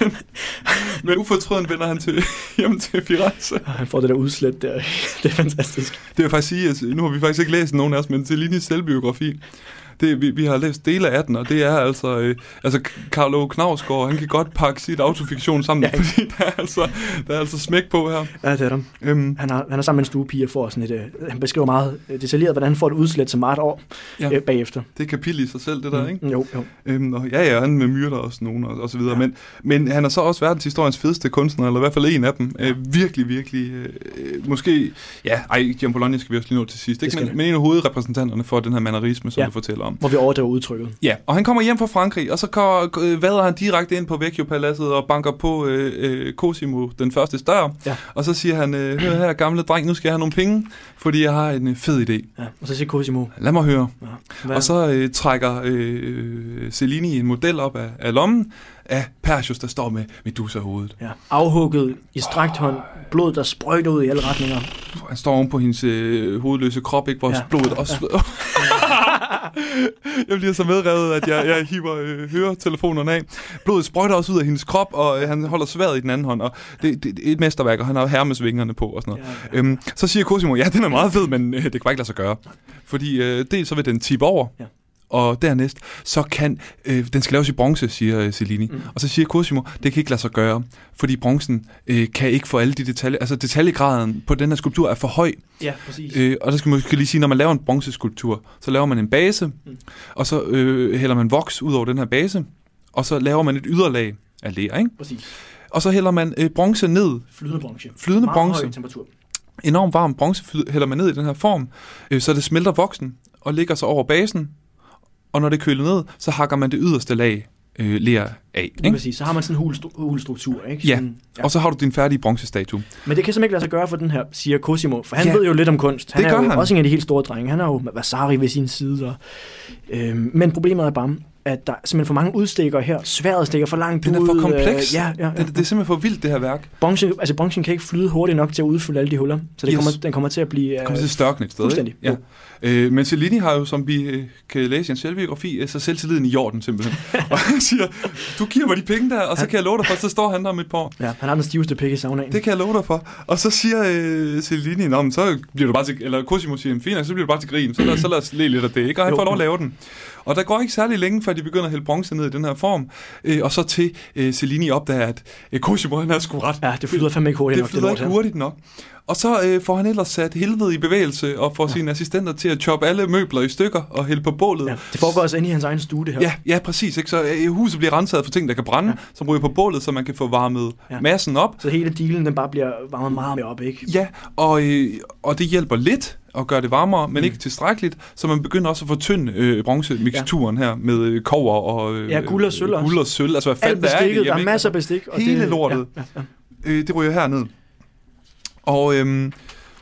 Men ufortrøden vender han til, hjem til Firenze. Og han får det der udslæt der. Det er fantastisk. Det vil jeg faktisk sige, at nu har vi faktisk ikke læst nogen af os, men Cellinis selvbiografi. Det, vi, vi har læst dele af den, og det er altså... Øh, altså, Carlo Knausgård, han kan godt pakke sit autofiktion sammen, Ja. fordi der er, altså, der er altså smæk på her. Ja, det er dem. Øhm, Han har, han er sammen med en stuepige og får sådan et... Øh, han beskriver meget øh, detaljeret, hvordan han får et udslæt så meget år Ja. øh, bagefter. det er kapitel i sig selv, det der, ikke? Mm, jo, jo. Øhm, og ja, ja, han med myrder også nogen, og, og så videre. Ja. Men, men han er så også verdenshistoriens fedeste kunstner, eller i hvert fald en af dem. Øh, virkelig, virkelig... Øh, måske... Ja, ej, Giambologna skal vi også lige nå til sidst, Det ikke? skal Men, vi. men en af hovedrepræsentanterne for den her mannerisme, som Ja. du fortæller om. Hvor vi overdriver udtrykket. Ja, og han kommer hjem fra Frankrig, og så går, øh, vader han direkte ind på Vecchio-paladset og banker på øh, øh, Cosimo, den første dør. Ja. Og så siger han, øh, hør her gamle dreng, nu skal jeg have nogle penge, fordi jeg har en øh, fed idé. Ja. Og så siger Cosimo... Lad mig høre. Ja. Hvad? Og så øh, trækker øh, Cellini en model op af, af lommen af Perseus, der står med Medusa-hovedet. Ja. Afhugget i strakt hånd. Blod, der sprøjter ud i alle retninger. Han står oven på hendes øh, hovedløse krop, ikke, hvor Ja. ja. blodet også... Ja. Jeg bliver så medrevet, at jeg, jeg hiver øh, høretelefonerne af. Blodet sprøjter også ud af hendes krop, og øh, han holder sværdet i den anden hånd. Og det, det, det er et mesterværk, og han har Hermes-vingerne på og sådan noget. Ja, ja. Øhm, så siger Cosimo, ja, den er meget fed, men øh, det kan bare ikke lade sig gøre. Fordi øh, dels så vil den tippe over, Ja. og dernæst, så kan... Øh, den skal laves i bronze, siger øh, Cellini. Mm. Og så siger Cosimo, det kan ikke lade sig gøre, fordi bronzen øh, kan ikke få alle de detaljer... Altså detaljegraden på den her skulptur er for høj. Ja, præcis. Øh, og der skal man måske lige sige, når man laver en bronzeskulptur, så laver man en base, mm. og så øh, hælder man voks ud over den her base, og så laver man et yderlag af ler, ikke? Præcis. Og så hælder man øh, bronze ned, Flydende bronze. Flydende Meget bronze. høj temperatur. enormt varm bronze hælder man ned i den her form, øh, så det smelter voksen og ligger så over basen, og når det køler ned, så hakker man det yderste lag øh, ler af. Ikke? Præcis. Så har man sådan en hul, hul struktur, ikke? Ja. Sådan, ja, og så har du din færdige bronzestatue. Men det kan simpelthen ikke lade sig gøre for den her, siger Cosimo, for han Ja. ved jo lidt om kunst. Han Det er gør jo han. også en af de helt store drenge. Han har jo Vasari ved sin side. Og, øh, men problemet er bare, at der er simpelthen for mange udstikker her. Sværet stikker for langt ud. Den er for kompleks. Øh, ja, ja, ja. Det, det er simpelthen for vildt, det her værk. Bronzen, altså bronzen kan ikke flyde hurtigt nok til at udfylde alle de huller, så det Yes. kommer, den kommer til at blive... Det kommer til at størkne et sted. Fuldstændig. Ja. Øh, men Cellini har jo, som vi øh, kan læse i en selvbiografi, så selvtilliden i jorden simpelthen. Og han siger, du giver mig de penge der, og så kan jeg love dig for, så står han der om et par år. Ja, han har den stiveste pik i saunaen. Det kan jeg love dig for. Og så siger øh, Cellini, nå, men så bliver du bare til, eller Cosimo siger, fint, så bliver du bare til grin, så lad, så lad os le lidt af det, ikke? Og han Jo. får lov at lave den. Og der går ikke særlig længe, før de begynder at hælde bronze ned i den her form, øh, og så til øh, Cellini opdager, at øh, Cosimo, han er sgu ret. Ja, det flyder fandme ikke hurtigt Det nok. flyder lort ikke her. hurtigt nok. Og så øh, får han ellers sat helvede i bevægelse, og får ja. sine assistenter til at choppe alle møbler i stykker og hælde på bålet. Ja, det foregår også inde i hans egen stue, det her. Ja, ja, præcis. Ikke? Så øh, huset bliver renset for ting, der kan brænde, ja. som ryger på bålet, så man kan få varmet Ja. massen op. Så hele dealen, den bare bliver varmet meget mere op, ikke? Ja, og, øh, og det hjælper lidt at gøre det varmere, men mm. ikke tilstrækkeligt, så man begynder også at fortynde øh, bronzemiksturen ja. her med øh, kobber og øh, Ja, guld og sølv også. Guld og sølv, altså hvad Alt fanden der er i det? bestikket, der er Jamen, masser af bestik. Og hele det, lortet. Ja, ja, ja. Øh, det ryger herned. Og, øhm,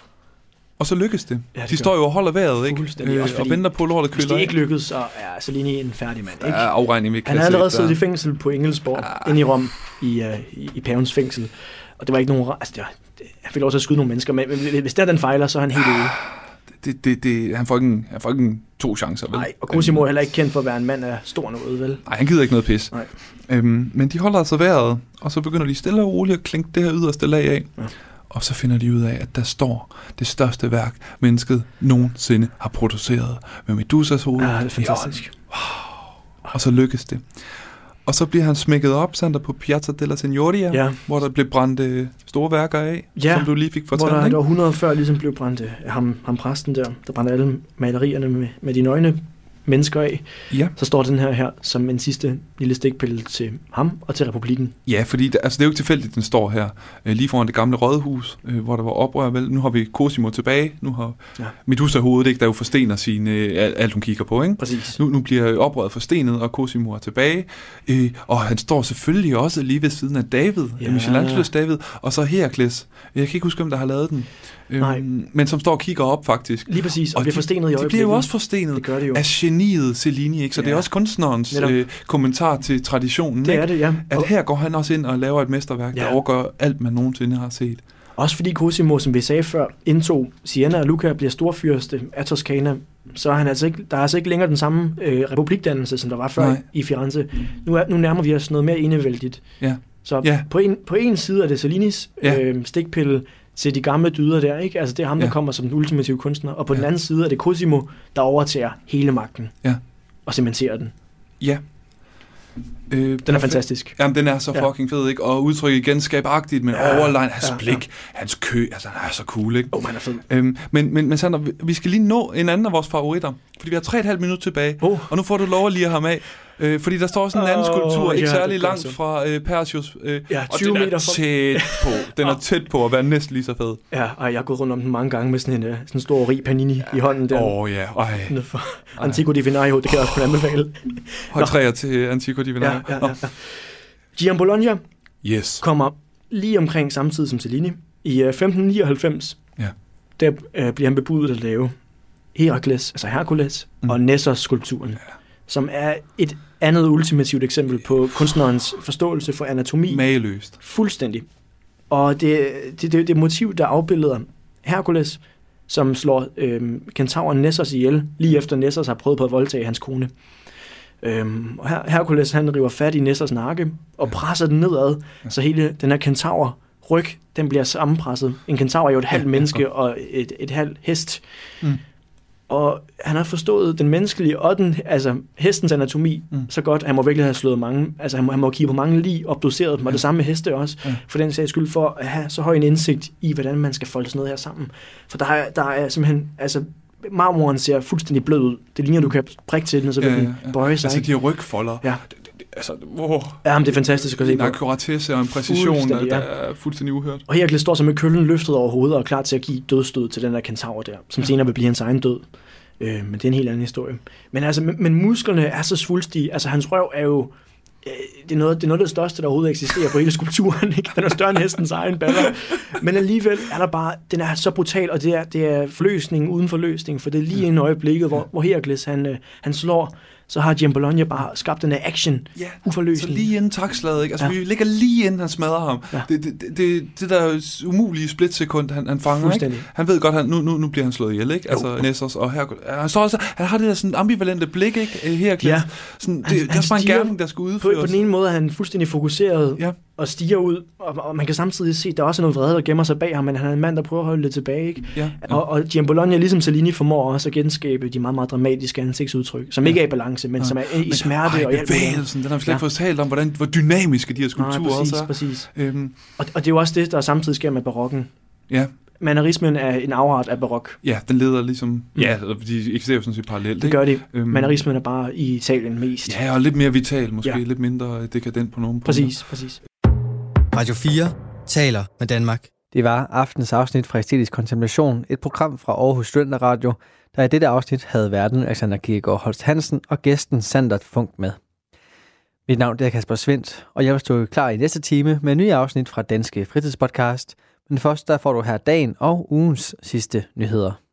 og så lykkes det. Ja, det de gør står jo og holder vejret, ikke? Fuldstændig. Øh, Også og fordi, venter på, at lortet Hvis køler. det ikke lykkes, så er Cellini en færdig mand, Der ikke? er afregning, vi ikke Han kan havde se allerede der. siddet i fængsel på Engelsborg, ja. inde i Rom, i, uh, i, i pavens fængsel. Og det var ikke nogen... Altså, det var, det, han fik lov til at skyde nogle mennesker, men, men hvis der den fejler, så er han helt ude. Det, det, det, han får ikke, han får ikke to chancer, vel? Nej, og Cosimo er heller ikke kendt for at være en mand af stor noget, vel? Nej, han gider ikke noget pis. Nej. Øhm, men de holder altså vejret, og så begynder de stille og roligt at klinke det her yderste lag af. Ja. Og så finder de ud af, at der står det største værk, mennesket nogensinde har produceret med Medusas hoved. Ja, det er fantastisk. Wow. Og så lykkes det. Og så bliver han smækket op, Sander, på Piazza della Signoria, ja. hvor der blev brændt øh, store værker af, ja. som du lige fik fortalt. Hvor der, der var hundrede før ligesom blev brændt af ham, ham præsten der, der brændte alle malerierne med, med de nøgne mennesker af. Ja. Så står den her her som en sidste lille stikpille til ham og til republikken. Ja, fordi det, altså, det er jo ikke tilfældigt, den står her, øh, lige foran det gamle rådhus, øh, hvor der var oprør. Vel? Nu har vi Cosimo tilbage, nu har ja. Medusa-hovedet, ikke, der jo forstener sine, øh, alt hun kigger på. Ikke? Præcis. Nu, nu bliver oprøret forstenet, og Cosimo er tilbage. Øh, og han står selvfølgelig også lige ved siden af David, ja. Michelangelos David, og så Herakles. Jeg kan ikke huske, hvem der har lavet den. Øhm, men som står og kigger op, faktisk. Lige præcis, og, og bliver de, forstenet i øjeblikket. De bliver jo også forstenet det gør det jo. af geniet Cellini, ikke? Så ja. det er også kunstnerens øh, kommentar til traditionen. Det ikke? er det, ja. At her går han også ind og laver et mesterværk, ja. der overgør alt, man nogensinde har set. Også fordi Cosimo, som vi sagde før, indtog Siena og Lucca, bliver storfyrste af Toscana, så er han altså ikke, der er altså ikke længere den samme øh, republikdannelse, som der var før Nej. i Firenze. Nu, er, nu nærmer vi os noget mere enevældigt. Ja. Så ja. på, en, på en side er det Cellinis ja. øh, stikpille til de gamle dyder der, ikke? Altså det er ham, der ja. kommer som den ultimative kunstner. Og på ja. den anden side er det Cosimo, der overtager hele magten. Ja. Og cementerer den. Ja. Øh, den er fantastisk. Jamen, den er så fucking fed, ikke? Og udtrykket genskabagtigt, men ja, overlegnet. Hans ja, blik, ja. hans kø, altså han er så cool, ikke? Åh, oh, han er fed. Øhm, men, men, men Sander, vi skal lige nå en anden af vores favoritter, fordi vi har tre og et halvt minut tilbage, oh. og nu får du lov at lige at have med. Øh, fordi der står sådan en anden skulptur, oh, ikke ja, særlig langt så. fra øh, Perseus. Øh, ja, tyve og den meter er tæt på. Den er tæt på at være næsten lige så fed. Ja, og jeg har gået rundt om den mange gange med sådan en, sådan en stor rig panini ja. i hånden der. Åh oh, ja, ej. Antico di Venario, det kan jeg også kunne anbefale. Høj træer til Antico di Venario. Ja, ja, ja, ja. Gian Bologna yes. kommer lige omkring samtidig som Cellini. I uh, femten nioghalvfems, ja. der uh, bliver han bebudet at lave Herakles, altså Herkules, mm. og Nessos-skulpturen, ja. som er et andet ultimativt eksempel på kunstnerens forståelse for anatomi. Mageløst. Fuldstændig. Og det, det, det, det motiv, der afbilleder Herkules, som slår øh, kentauren Nessos ihjel, lige efter Nessos har prøvet på at voldtage hans kone. Øhm, og her, Herkules, han river fat i Nessos nakke og presser den nedad, ja. så hele den her kentaur ryg, den bliver sammenpresset. En kentaur er jo et halvt ja, menneske ja. og et, et halvt hest. Mm. Og han har forstået den menneskelige og den, altså hestens anatomi mm. så godt, han må virkelig have slået mange, altså han må, han må kigge på mange lig, obduceret dem, og ja. det samme med heste også, ja. for den sags skyld, for at have så høj en indsigt i, hvordan man skal folde sådan noget her sammen. For der er, der er simpelthen, altså marmoren ser fuldstændig blød ud. Det ligner, du kan prikke til den, og så vil ja, ja, ja. den bøje sig. Altså de her rygfolder. Ja. Det, det, det, altså, wow. Ja, men det er fantastisk at se på. En akkuratesse og en præcision, der, der er fuldstændig uhørt. Og Herakles står så med køllen løftet over hovedet og er klar til at give dødsstød til den der kentaur der, som ja. senere vil blive hans egen død. Øh, men det er en helt anden historie. Men altså, men, men musklerne er så svulstige. Altså, hans røv er jo øh, det, er noget, det er noget af det største, der overhovedet eksisterer på hele skulpturen. Ikke? Den er større end hestens egen baller. Men alligevel er der bare, den er så brutal, og det er, det er forløsning uden forløsning, for det er lige en øjeblikket, hvor, hvor Herakles, han, øh, han slår så har Gian Bologna bare skabt den her action, ja, uforløselig. Så lige inden takslaget, ikke? Altså, Ja. vi ligger lige inden han smadrer ham. Ja. Det, det, det, det, det der umulige splitsekund, han, han fanger, ikke? Han ved godt, han, nu, nu, nu bliver han slået ihjel, ikke? Altså, Nessos, og her, han, står også, han har det der sådan ambivalente blik, ikke? Her, ja. sådan, det, han, det er bare en gerning, der skal udføres. På, på den ene måde er han fuldstændig fokuseret, ja. og stiger ud, og, og man kan samtidig se, at der også er noget vrede, der gemmer sig bag ham, men han er en mand, der prøver at holde det tilbage, ikke? Ja, ja. Og, og Gian Bologna, ligesom Cellini, formår også at genskabe de meget, meget dramatiske ansigtsudtryk, som ja. ikke er i balance, men ja. som er i men, smerte ej, og alt bevægelsen, den har vi slet ikke fået talt om, hvordan, hvor dynamiske de her skulpturer Nej, præcis, også er. Præcis. Øhm. Og, og det er jo også det, der samtidig sker med barokken. Ja. Mannerismen er en afart af barok. Ja, den leder ligesom... Mm. Ja, de eksisterer jo sådan set parallelt. Det gør det. Øhm. Mannerismen er bare i Italien mest. Ja, og lidt mere vital, måske ja. lidt mindre dekadent på nogle præcis, punkter. Præcis, Radio fire taler med Danmark. Det var aftens afsnit fra Æstetisk Kontemplation, et program fra Aarhus Studenterradio, der i dette afsnit havde værten Alexander Kirkegaard Holst Hansen og gæsten Sandert Funk med. Mit navn er Kasper Svendt, og jeg vil stå klar i næste time med en ny afsnit fra Danske Fritidspodcast. Men først der får du her dagen og ugens sidste nyheder.